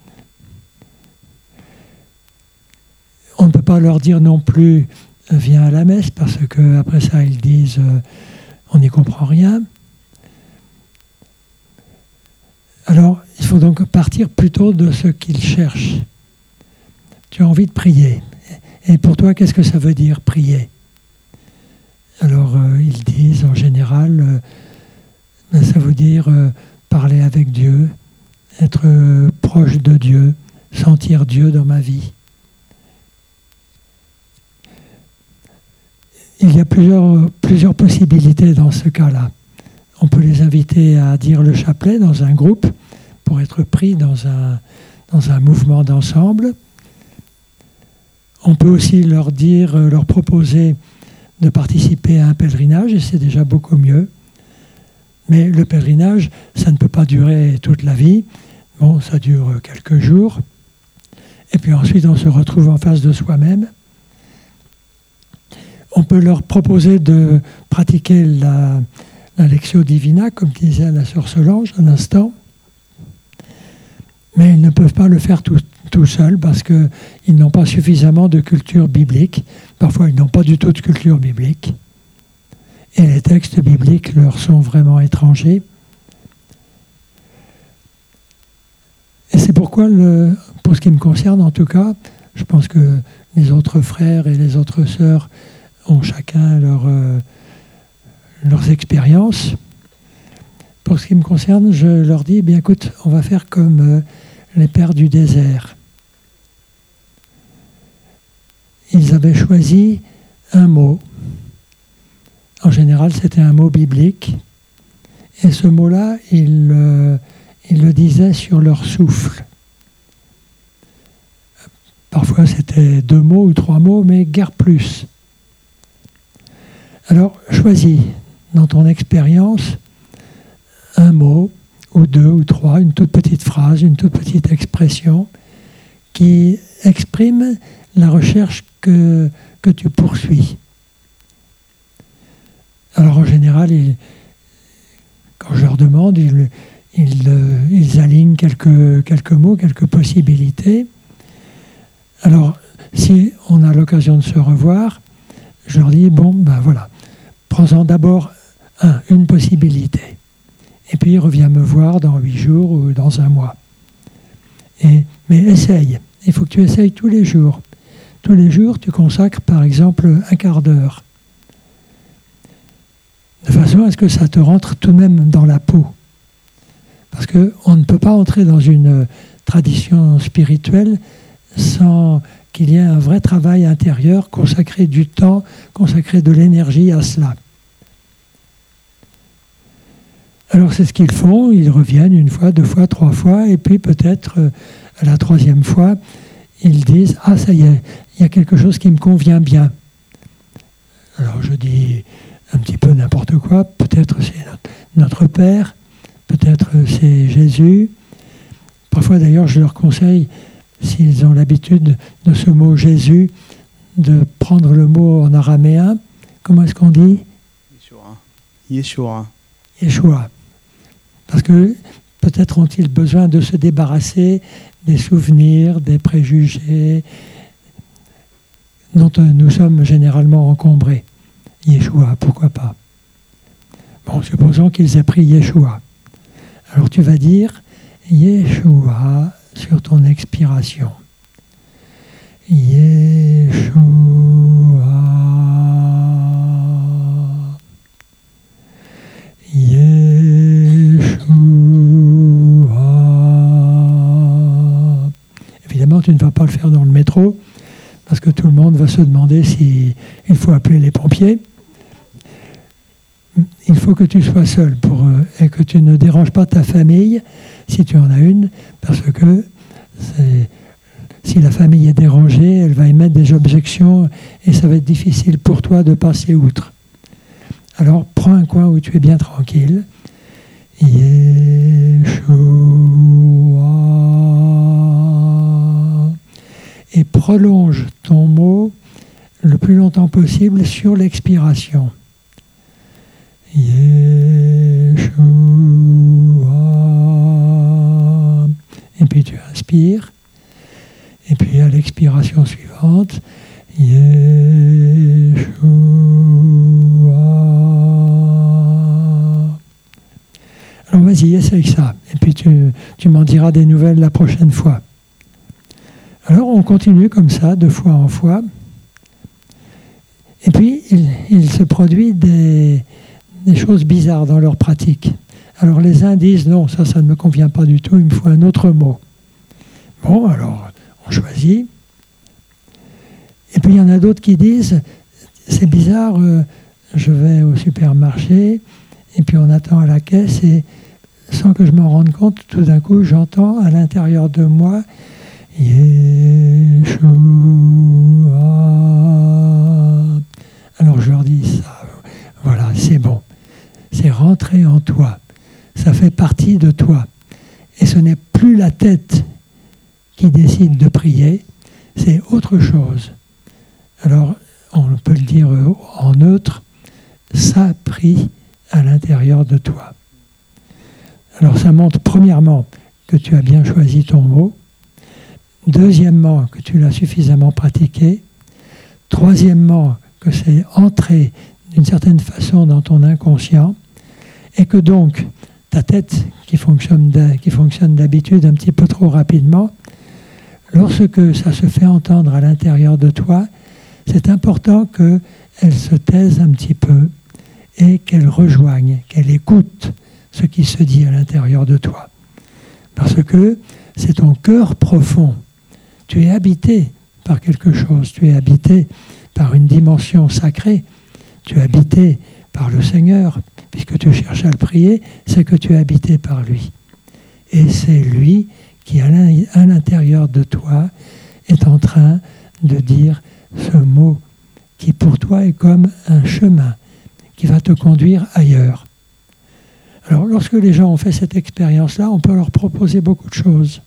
On ne peut pas leur dire non plus « viens à la messe » parce qu'après ça, ils disent « on n'y comprend rien ». Alors, il faut donc partir plutôt de ce qu'ils cherchent. Tu as envie de prier. Et pour toi, qu'est-ce que ça veut dire, prier ? Alors, ils disent en général, ça veut dire parler avec Dieu, être proche de Dieu, sentir Dieu dans ma vie. Il y a plusieurs possibilités dans ce cas-là. On peut les inviter à dire le chapelet dans un groupe pour être pris dans un mouvement d'ensemble. On peut aussi leur proposer de participer à un pèlerinage, et c'est déjà beaucoup mieux. Mais le pèlerinage, ça ne peut pas durer toute la vie. Bon, ça dure quelques jours. Et puis ensuite, on se retrouve en face de soi-même. On peut leur proposer de pratiquer la Lectio Divina, comme disait la sœur Solange à l'instant. Mais ils ne peuvent pas le faire tout seuls parce qu'ils n'ont pas suffisamment de culture biblique. Parfois, ils n'ont pas du tout de culture biblique. Et les textes bibliques leur sont vraiment étrangers. Et c'est pourquoi, pour ce qui me concerne en tout cas, je pense que les autres frères et les autres sœurs ont chacun leurs expériences. Pour ce qui me concerne, je leur dis, bien écoute, on va faire comme les pères du désert. Ils avaient choisi un mot. En général, c'était un mot biblique. Et ce mot-là, ils le disaient sur leur souffle. Parfois, c'était 2 mots ou 3 mots, mais guère plus. Alors, choisis dans ton expérience un mot, ou 2 ou 3, une toute petite phrase, une toute petite expression qui exprime la recherche que tu poursuis. Alors, en général, quand je leur demande, ils alignent quelques mots, quelques possibilités. Alors, si on a l'occasion de se revoir, je leur dis, bon, ben voilà, prends-en d'abord une possibilité. Et puis, reviens me voir dans 8 jours ou dans 1 mois. Mais essaye. Il faut que tu essayes tous les jours. Tous les jours, tu consacres, par exemple, 1 quart d'heure. De façon à ce que ça te rentre tout de même dans la peau. Parce qu'on ne peut pas entrer dans une tradition spirituelle sans qu'il y ait un vrai travail intérieur, consacrer du temps, consacrer de l'énergie à cela. Alors c'est ce qu'ils font, ils reviennent 1 fois, 2 fois, 3 fois, et puis peut-être à la 3e fois, ils disent « Ah, ça y est, il y a quelque chose qui me convient bien ». Alors je dis un petit peu n'importe quoi, peut-être c'est notre Père, peut-être c'est Jésus. Parfois d'ailleurs je leur conseille, s'ils ont l'habitude de ce mot Jésus, de prendre le mot en araméen. Comment est-ce qu'on dit ? Yeshua. Yeshua. Parce que peut-être ont-ils besoin de se débarrasser des souvenirs, des préjugés dont nous sommes généralement encombrés. Yeshua, pourquoi pas ? Bon, supposons qu'ils aient pris Yeshua. Alors tu vas dire Yeshua sur ton expiration. Yeshua. Yeshua. Évidemment, tu ne vas pas le faire dans le métro, parce que tout le monde va se demander s'il faut appeler les pompiers. Il faut que tu sois seul et que tu ne déranges pas ta famille, si tu en as une, parce que si la famille est dérangée, elle va émettre des objections et ça va être difficile pour toi de passer outre. Alors, prends un coin où tu es bien tranquille. Yeshua. Et prolonge ton mot le plus longtemps possible sur l'expiration. Yeshua. Et puis tu inspires. Et puis à l'expiration suivante, Yeshua. Alors vas-y, essaye ça. Et puis tu m'en diras des nouvelles la prochaine fois. Alors on continue comme ça, de fois en fois. Et puis il se produit des choses bizarres dans leur pratique. Alors les uns disent non, ça ne me convient pas du tout, il me faut un autre mot. Bon, alors on choisit. Et puis il y en a d'autres qui disent, c'est bizarre, je vais au supermarché, et puis on attend à la caisse, et sans que je m'en rende compte, tout d'un coup, j'entends à l'intérieur de moi, Yeshua. Alors je leur dis ça, voilà, c'est bon. C'est rentré en toi. Ça fait partie de toi. Et ce n'est plus la tête qui décide de prier, c'est autre chose. Alors, on peut le dire en neutre, ça prie à l'intérieur de toi. Alors, ça montre premièrement que tu as bien choisi ton mot, deuxièmement, que tu l'as suffisamment pratiqué, troisièmement, que c'est entré d'une certaine façon dans ton inconscient, et que donc, ta tête, qui fonctionne d'habitude un petit peu trop rapidement, lorsque ça se fait entendre à l'intérieur de toi, c'est important qu'elle se taise un petit peu et qu'elle rejoigne, qu'elle écoute ce qui se dit à l'intérieur de toi. Parce que c'est ton cœur profond. Tu es habité par quelque chose, tu es habité par une dimension sacrée, tu es habité par le Seigneur, puisque tu cherches à le prier, c'est que tu es habité par lui. Et c'est lui qui, à l'intérieur de toi, est en train de dire ce mot qui pour toi est comme un chemin qui va te conduire ailleurs. Alors, lorsque les gens ont fait cette expérience-là, on peut leur proposer beaucoup de choses.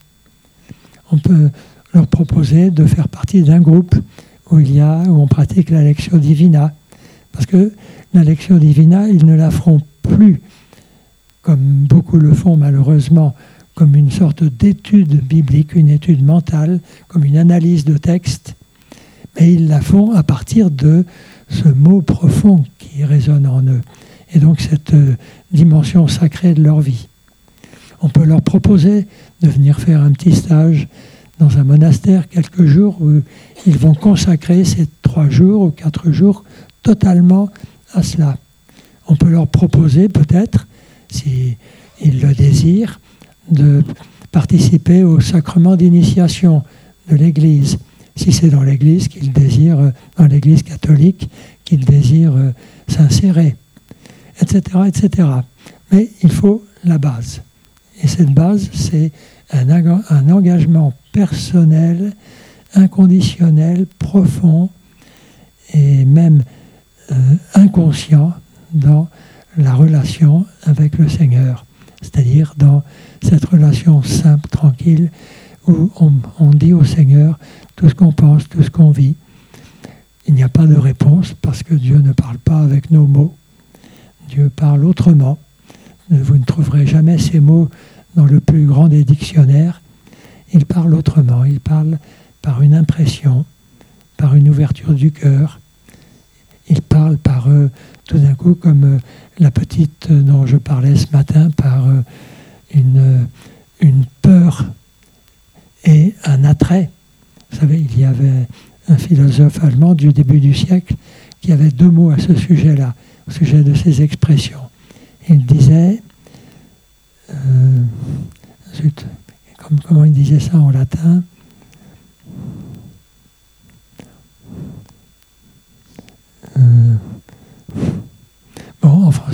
On peut leur proposer de faire partie d'un groupe où on pratique la Lectio Divina. Parce que la Lectio Divina, ils ne la feront plus, comme beaucoup le font malheureusement, comme une sorte d'étude biblique, une étude mentale, comme une analyse de texte, mais ils la font à partir de ce mot profond qui résonne en eux, et donc cette dimension sacrée de leur vie. On peut leur proposer de venir faire un petit stage dans un monastère quelques jours où ils vont consacrer ces 3 jours ou 4 jours totalement à cela. On peut leur proposer peut-être, s'ils le désirent, de participer au sacrement d'initiation de l'Église, si c'est dans l'Église qu'ils désirent, dans l'Église catholique, qu'ils désirent s'insérer, etc., etc. Mais il faut la base. Et cette base, c'est un engagement personnel, inconditionnel, profond, et même inconscient dans la relation avec le Seigneur. C'est-à-dire dans cette relation simple, tranquille, où on dit au Seigneur tout ce qu'on pense, tout ce qu'on vit. Il n'y a pas de réponse parce que Dieu ne parle pas avec nos mots. Dieu parle autrement. Vous ne trouverez jamais ces mots dans le plus grand des dictionnaires. Il parle autrement. Il parle par une impression, par une ouverture du cœur. Il parle par, tout d'un coup, comme la petite dont je parlais ce matin, par une peur et un attrait. Vous savez, il y avait un philosophe allemand du début du siècle qui avait 2 mots à ce sujet-là, au sujet de ces expressions. Il disait, comment il disait ça en latin?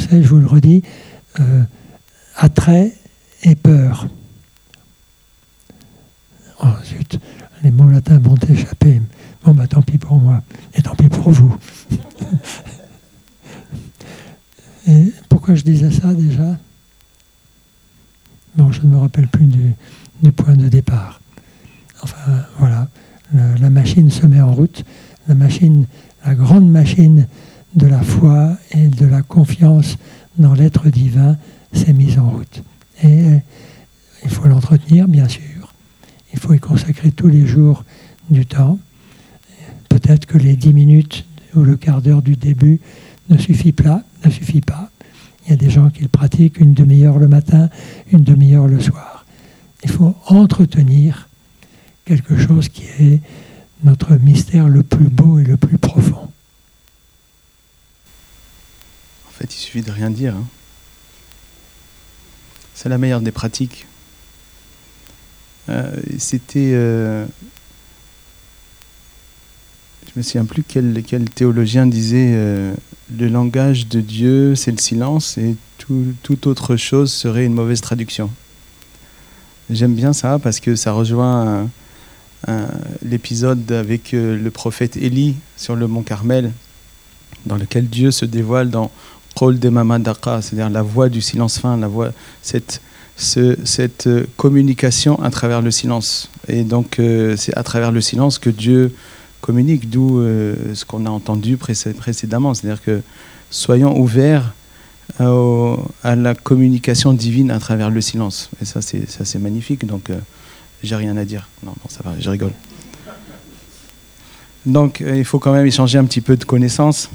c'est, je vous le redis, attrait et peur. Oh zut, les mots latins vont échapper. Bon, bah tant pis pour moi, et tant pis pour vous. Et pourquoi je disais ça déjà ? Bon, je ne me rappelle plus du point de départ. Enfin, voilà, la machine se met en route. La grande machine de la foi et de la confiance dans l'être divin s'est mise en route. Et il faut l'entretenir, bien sûr. Il faut y consacrer tous les jours du temps. Peut-être que les 10 minutes ou le quart d'heure du début ne suffit pas. Il y a des gens qui le pratiquent une demi-heure le matin, une demi-heure le soir. Il faut entretenir quelque chose qui est notre mystère le plus beau et le plus profond. En fait, il suffit de rien dire. C'est la meilleure des pratiques. C'était... je me souviens plus quel théologien disait le langage de Dieu, c'est le silence, et toute autre chose serait une mauvaise traduction. J'aime bien ça parce que ça rejoint l'épisode avec le prophète Élie sur le mont Carmel, dans lequel Dieu se dévoile dans Qol Demama Daqa, c'est-à-dire la voix du silence fin, cette communication à travers le silence. Et donc c'est à travers le silence que Dieu communique, d'où ce qu'on a entendu précédemment, c'est-à-dire que soyons ouverts à la communication divine à travers le silence. Et ça c'est magnifique, donc j'ai rien à dire. Non, ça va, je rigole. Donc il faut quand même échanger un petit peu de connaissances.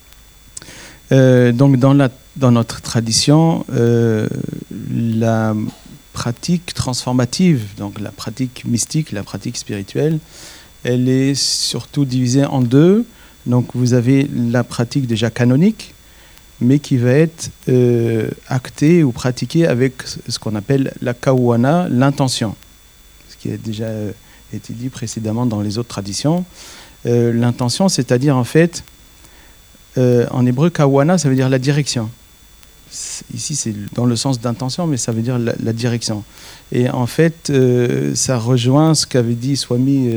Donc dans notre tradition, la pratique transformative, donc la pratique mystique, la pratique spirituelle, elle est surtout divisée en deux. Donc vous avez la pratique déjà canonique, mais qui va être actée ou pratiquée avec ce qu'on appelle la kawana, l'intention. Ce qui a déjà été dit précédemment dans les autres traditions. L'intention, c'est-à-dire en fait, en hébreu, kawana, ça veut dire la direction. Ici, c'est dans le sens d'intention, mais ça veut dire la direction. Et en fait, ça rejoint ce qu'avait dit Swami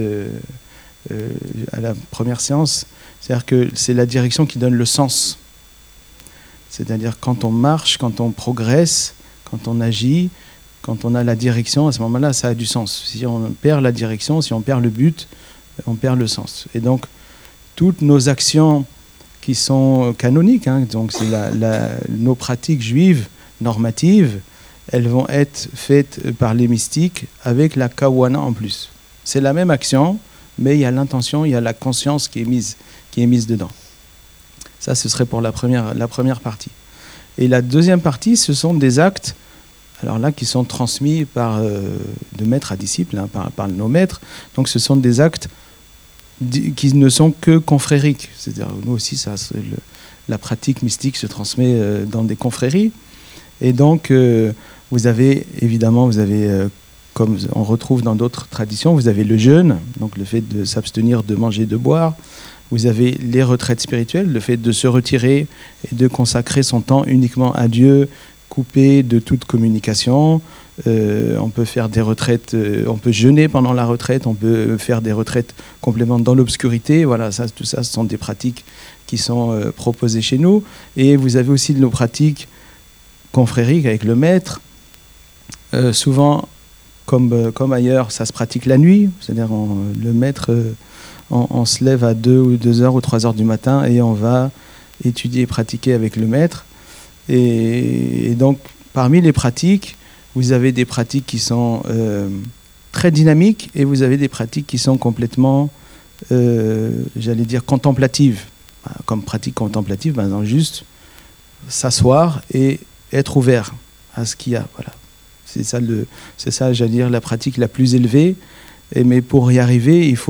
à la première séance, c'est-à-dire que c'est la direction qui donne le sens. C'est-à-dire quand on marche, quand on progresse, quand on agit, quand on a la direction, à ce moment-là, ça a du sens. Si on perd la direction, si on perd le but, on perd le sens. Et donc, toutes nos actions qui sont canoniques, donc c'est nos pratiques juives normatives, elles vont être faites par les mystiques avec la kawana en plus. C'est la même action, mais il y a l'intention, il y a la conscience qui est mise dedans. Ça, ce serait pour la première partie. Et la deuxième partie, ce sont des actes, alors là, qui sont transmis de maître à disciple, par nos maîtres. Donc, ce sont des actes qui ne sont que confrériques. C'est-à-dire, nous aussi, la pratique mystique se transmet dans des confréries. Et donc, vous avez, comme on retrouve dans d'autres traditions, vous avez le jeûne, donc le fait de s'abstenir de manger, de boire. Vous avez les retraites spirituelles, le fait de se retirer et de consacrer son temps uniquement à Dieu, coupé de toute communication. On peut faire des retraites, on peut jeûner pendant la retraite, on peut faire des retraites complètement dans l'obscurité. Voilà, tout ça, ce sont des pratiques qui sont proposées chez nous. Et vous avez aussi nos pratiques confrériques avec le maître. Souvent, comme ailleurs, ça se pratique la nuit. C'est-à-dire le maître, on se lève à 2 heures ou 3 heures du matin et on va étudier et pratiquer avec le maître. Et donc, parmi les pratiques, vous avez des pratiques qui sont très dynamiques et vous avez des pratiques qui sont complètement, j'allais dire, contemplatives. Comme pratique contemplative, juste s'asseoir et être ouvert à ce qu'il y a. Voilà. C'est ça, j'allais dire, la pratique la plus élevée. Mais pour y arriver, il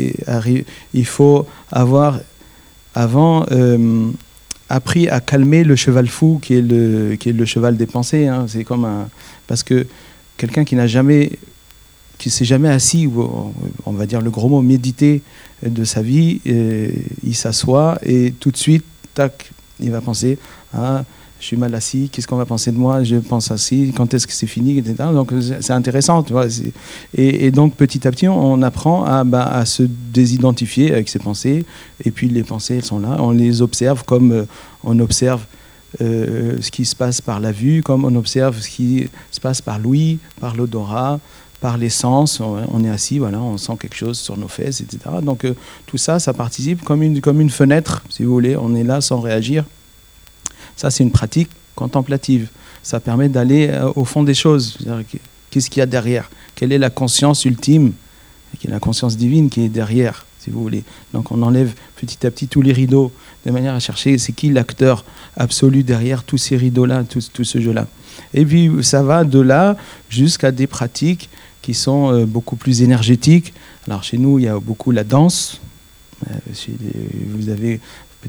faut avoir avant appris à calmer le cheval fou qui est le cheval des pensées. C'est comme parce que quelqu'un qui s'est jamais assis, ou on va dire le gros mot, méditer de sa vie, il s'assoit et tout de suite, tac, il va penser je suis mal assis, qu'est-ce qu'on va penser de moi, je pense assis, quand est-ce que c'est fini, etc. Donc c'est intéressant, tu vois. Et donc petit à petit, on apprend à se désidentifier avec ses pensées, et puis les pensées, elles sont là, on les observe comme on observe ce qui se passe par la vue, comme on observe ce qui se passe par l'ouïe, par l'odorat, par les sens. On est assis, voilà, on sent quelque chose sur nos fesses, etc. Donc tout ça, ça participe comme une fenêtre, si vous voulez, on est là sans réagir. Ça, c'est une pratique contemplative. Ça permet d'aller au fond des choses. Qu'est-ce qu'il y a derrière? Quelle est la conscience ultime? Quelle est la conscience divine qui est derrière, si vous voulez? Donc on enlève petit à petit tous les rideaux, de manière à chercher c'est qui l'acteur absolu derrière tous ces rideaux-là, tout ce jeu-là. Et puis ça va de là jusqu'à des pratiques qui sont beaucoup plus énergétiques. Alors chez nous, il y a beaucoup la danse. Vous avez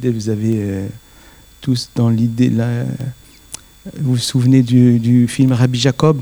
tous dans l'idée, vous vous souvenez du film Rabbi Jacob?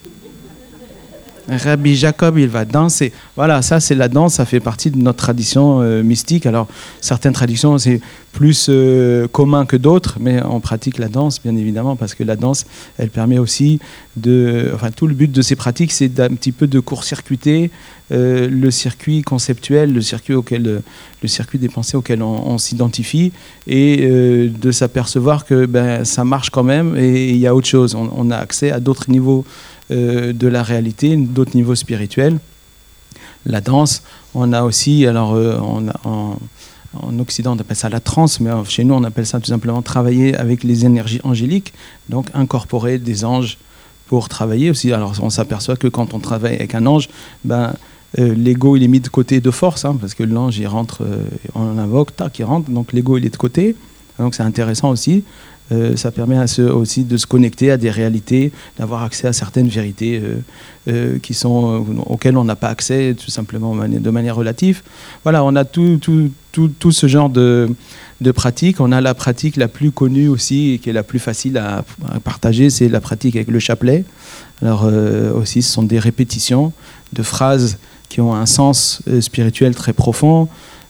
Rabbi Jacob, il va danser. Voilà, ça c'est la danse, ça fait partie de notre tradition mystique. Alors, certaines traditions, c'est plus commun que d'autres, mais on pratique la danse, bien évidemment, parce que la danse, elle permet aussi tout le but de ces pratiques, c'est d'un petit peu de court-circuiter le circuit conceptuel, le circuit des pensées auquel on s'identifie, et de s'apercevoir que ça marche quand même, et il y a autre chose. On a accès à d'autres niveaux de la réalité, d'autres niveaux spirituels. La danse, on a aussi, alors en Occident on appelle ça la transe, mais chez nous on appelle ça tout simplement travailler avec les énergies angéliques, donc incorporer des anges pour travailler aussi. Alors on s'aperçoit que quand on travaille avec un ange, l'ego il est mis de côté de force, parce que l'ange il rentre, on l'invoque, tac, il rentre, donc l'ego il est de côté, donc c'est intéressant aussi. Ça permet aussi de se connecter à des réalités, d'avoir accès à certaines vérités auxquelles on n'a pas accès tout simplement de manière relative. Voilà, on a tout ce genre de pratiques. On a la pratique la plus connue aussi et qui est la plus facile à partager, c'est la pratique avec le chapelet. Alors aussi, ce sont des répétitions de phrases qui ont un sens spirituel très profond.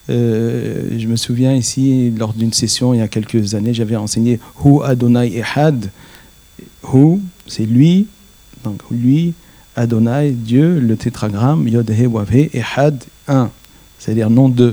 Je me souviens ici, lors d'une session il y a quelques années, j'avais enseigné Hu Adonai Ehad. Hu, c'est lui, donc lui, Adonai, Dieu, le tétragramme, Yod He Wav He, Ehad, un, c'est-à-dire non deux.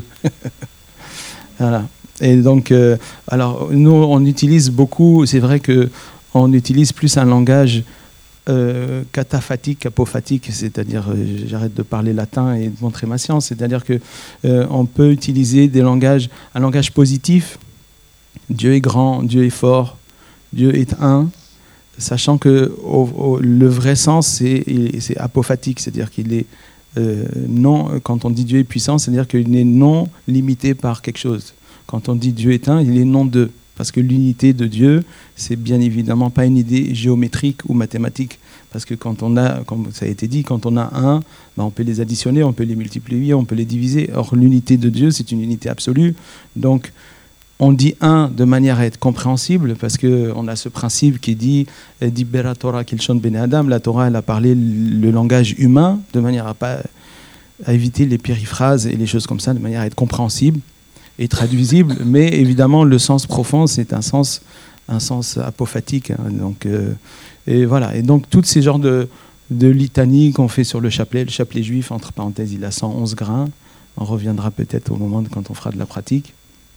Voilà. Et donc, alors nous on utilise beaucoup, c'est vrai qu'on utilise plus un langage cataphatique, apophatique, c'est-à-dire j'arrête de parler latin et de montrer ma science, c'est-à-dire que on peut utiliser un langage positif. Dieu est grand, Dieu est fort, Dieu est un, sachant que le vrai sens c'est apophatique, c'est-à-dire qu'il est non, quand on dit Dieu est puissant, c'est-à-dire qu'il est non limité par quelque chose. Quand on dit Dieu est un, il est non deux. Parce que l'unité de Dieu, c'est bien évidemment pas une idée géométrique ou mathématique. Parce que quand on a, comme ça a été dit, quand on a un, on peut les additionner, on peut les multiplier, on peut les diviser. Or, l'unité de Dieu, c'est une unité absolue. Donc, on dit un de manière à être compréhensible, parce qu'on a ce principe qui dit « Dibera Torah kilshon bene Adam », la Torah, elle a parlé le langage humain, de manière à éviter les périphrases et les choses comme ça, de manière à être compréhensible et traduisible, mais évidemment le sens profond c'est un sens apophatique, donc et voilà, et donc tous ces genres de litanies qu'on fait sur le chapelet juif, entre parenthèses il a 111 grains, on reviendra peut-être au moment quand on fera de la pratique,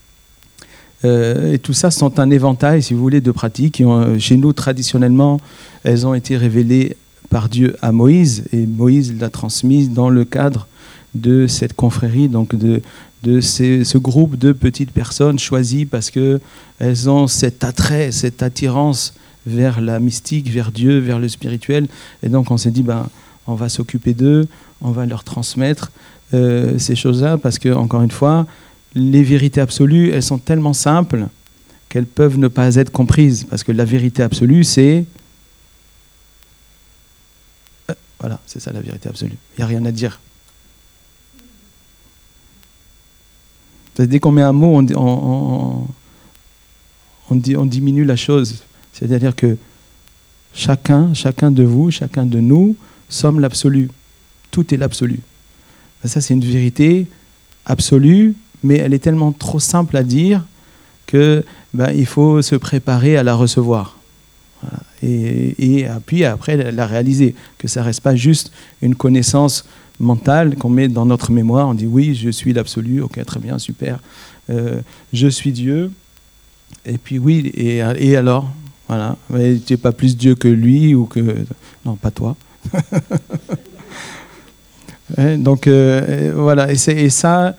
et tout ça sont un éventail si vous voulez de pratiques qui ont, chez nous traditionnellement elles ont été révélées par Dieu à Moïse, et Moïse l'a transmise dans le cadre de cette confrérie, donc de ce groupe de petites personnes choisies parce qu'elles ont cet attrait, cette attirance vers la mystique, vers Dieu, vers le spirituel. Et donc on s'est dit, on va s'occuper d'eux, on va leur transmettre ces choses-là, parce que, encore une fois, les vérités absolues, elles sont tellement simples qu'elles peuvent ne pas être comprises. Parce que la vérité absolue, c'est... Voilà, c'est ça la vérité absolue. Il n'y a rien à dire. Dès qu'on met un mot, on diminue la chose. C'est-à-dire que chacun de vous, chacun de nous, sommes l'absolu. Tout est l'absolu. Ça, c'est une vérité absolue, mais elle est tellement trop simple à dire que il faut se préparer à la recevoir. Voilà. Et puis après la réaliser, que ça ne reste pas juste une connaissance mentale qu'on met dans notre mémoire. On dit oui, je suis l'absolu, ok, très bien, super. Je suis Dieu. Et puis oui, et alors, voilà, mais tu n'es pas plus Dieu que lui ou que... Non, pas toi. Donc voilà, et ça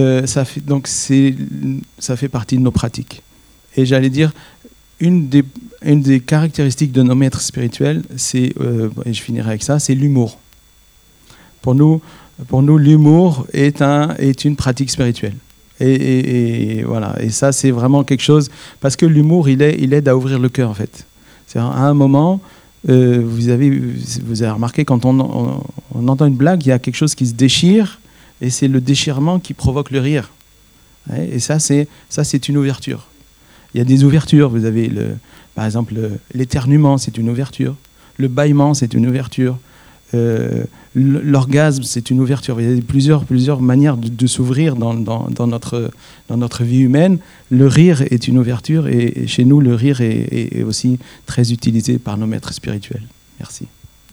fait partie de nos pratiques. Et j'allais dire, une des caractéristiques de nos maîtres spirituels, c'est, et je finirai avec ça, c'est l'humour. Pour nous, l'humour est une pratique spirituelle. Et voilà, et ça c'est vraiment quelque chose, parce que l'humour il aide à ouvrir le cœur en fait. C'est à un moment, vous avez remarqué quand on entend une blague, il y a quelque chose qui se déchire, et c'est le déchirement qui provoque le rire. Et ça c'est une ouverture. Il y a des ouvertures. Vous avez par exemple l'éternuement, c'est une ouverture. Le bâillement, c'est une ouverture. L'orgasme, c'est une ouverture. Il y a plusieurs manières de s'ouvrir dans notre vie humaine. Le rire est une ouverture, et chez nous, le rire est aussi très utilisé par nos maîtres spirituels. Merci.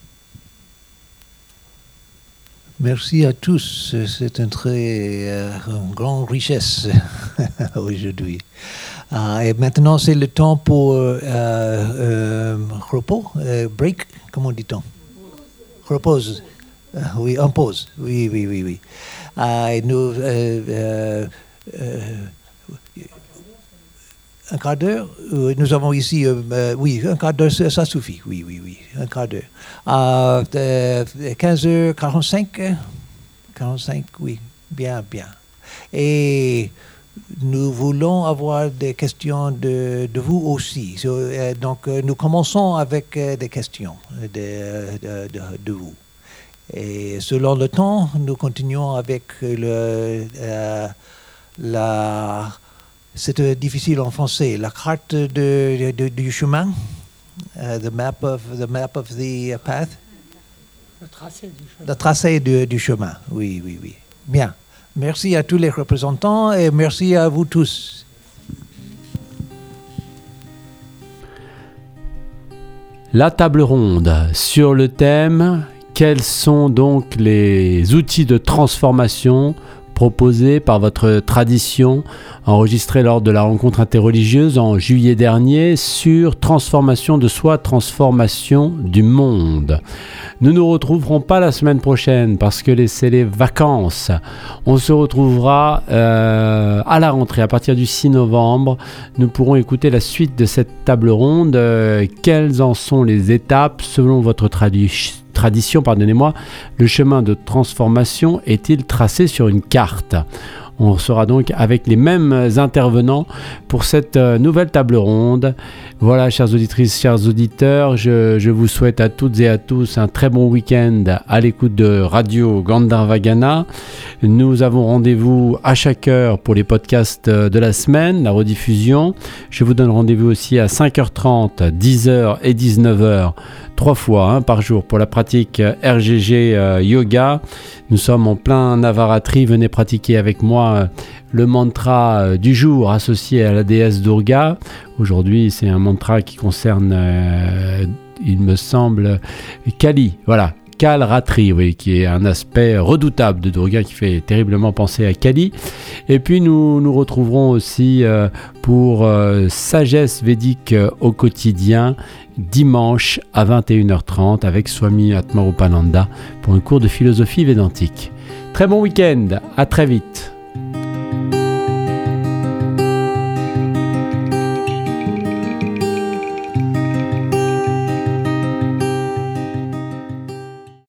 Merci à tous. C'est une grande richesse aujourd'hui. Et maintenant, c'est le temps pour repos, break, comment dit-on? Repose. Oui, en pause. Oui. Et nous, un quart d'heure. Nous avons ici, oui, un quart d'heure, ça suffit. Oui, un quart d'heure. 15h45. 45, oui, bien. Et nous voulons avoir des questions de vous aussi. Donc, nous commençons avec des questions de vous. Et selon le temps, nous continuons avec c'est difficile en français, la carte du chemin, the map of the path. Le tracé du chemin, oui. Bien. Merci à tous les représentants et merci à vous tous. La table ronde sur le thème « Quels sont donc les outils de transformation proposés par votre tradition enregistrée lors de la rencontre interreligieuse en juillet dernier sur transformation de soi, transformation du monde ». Nous ne nous retrouverons pas la semaine prochaine parce que c'est les vacances. On se retrouvera à la rentrée, à partir du 6 novembre. Nous pourrons écouter la suite de cette table ronde. Quelles en sont les étapes selon votre tradition, pardonnez-moi, le chemin de transformation est-il tracé sur une carte ? On sera donc avec les mêmes intervenants pour cette nouvelle table ronde. Voilà, chères auditrices, chers auditeurs, je vous souhaite à toutes et à tous un très bon week-end à l'écoute de Radio Gandharvagana. Nous avons rendez-vous à chaque heure pour les podcasts de la semaine, la rediffusion. Je vous donne rendez-vous aussi à 5h30, 10h et 19h, 3 fois par jour pour la pratique RGG Yoga. Nous sommes en plein Navaratri, venez pratiquer avec moi le mantra du jour associé à la déesse Durga. Aujourd'hui, c'est un mantra qui concerne, il me semble, Kali. Voilà, Kalratri, oui, qui est un aspect redoutable de Durga qui fait terriblement penser à Kali. Et puis nous nous retrouverons aussi pour sagesse védique au quotidien, dimanche à 21h30 avec Swami Atmarupananda pour un cours de philosophie védantique. Très bon week-end, à très vite.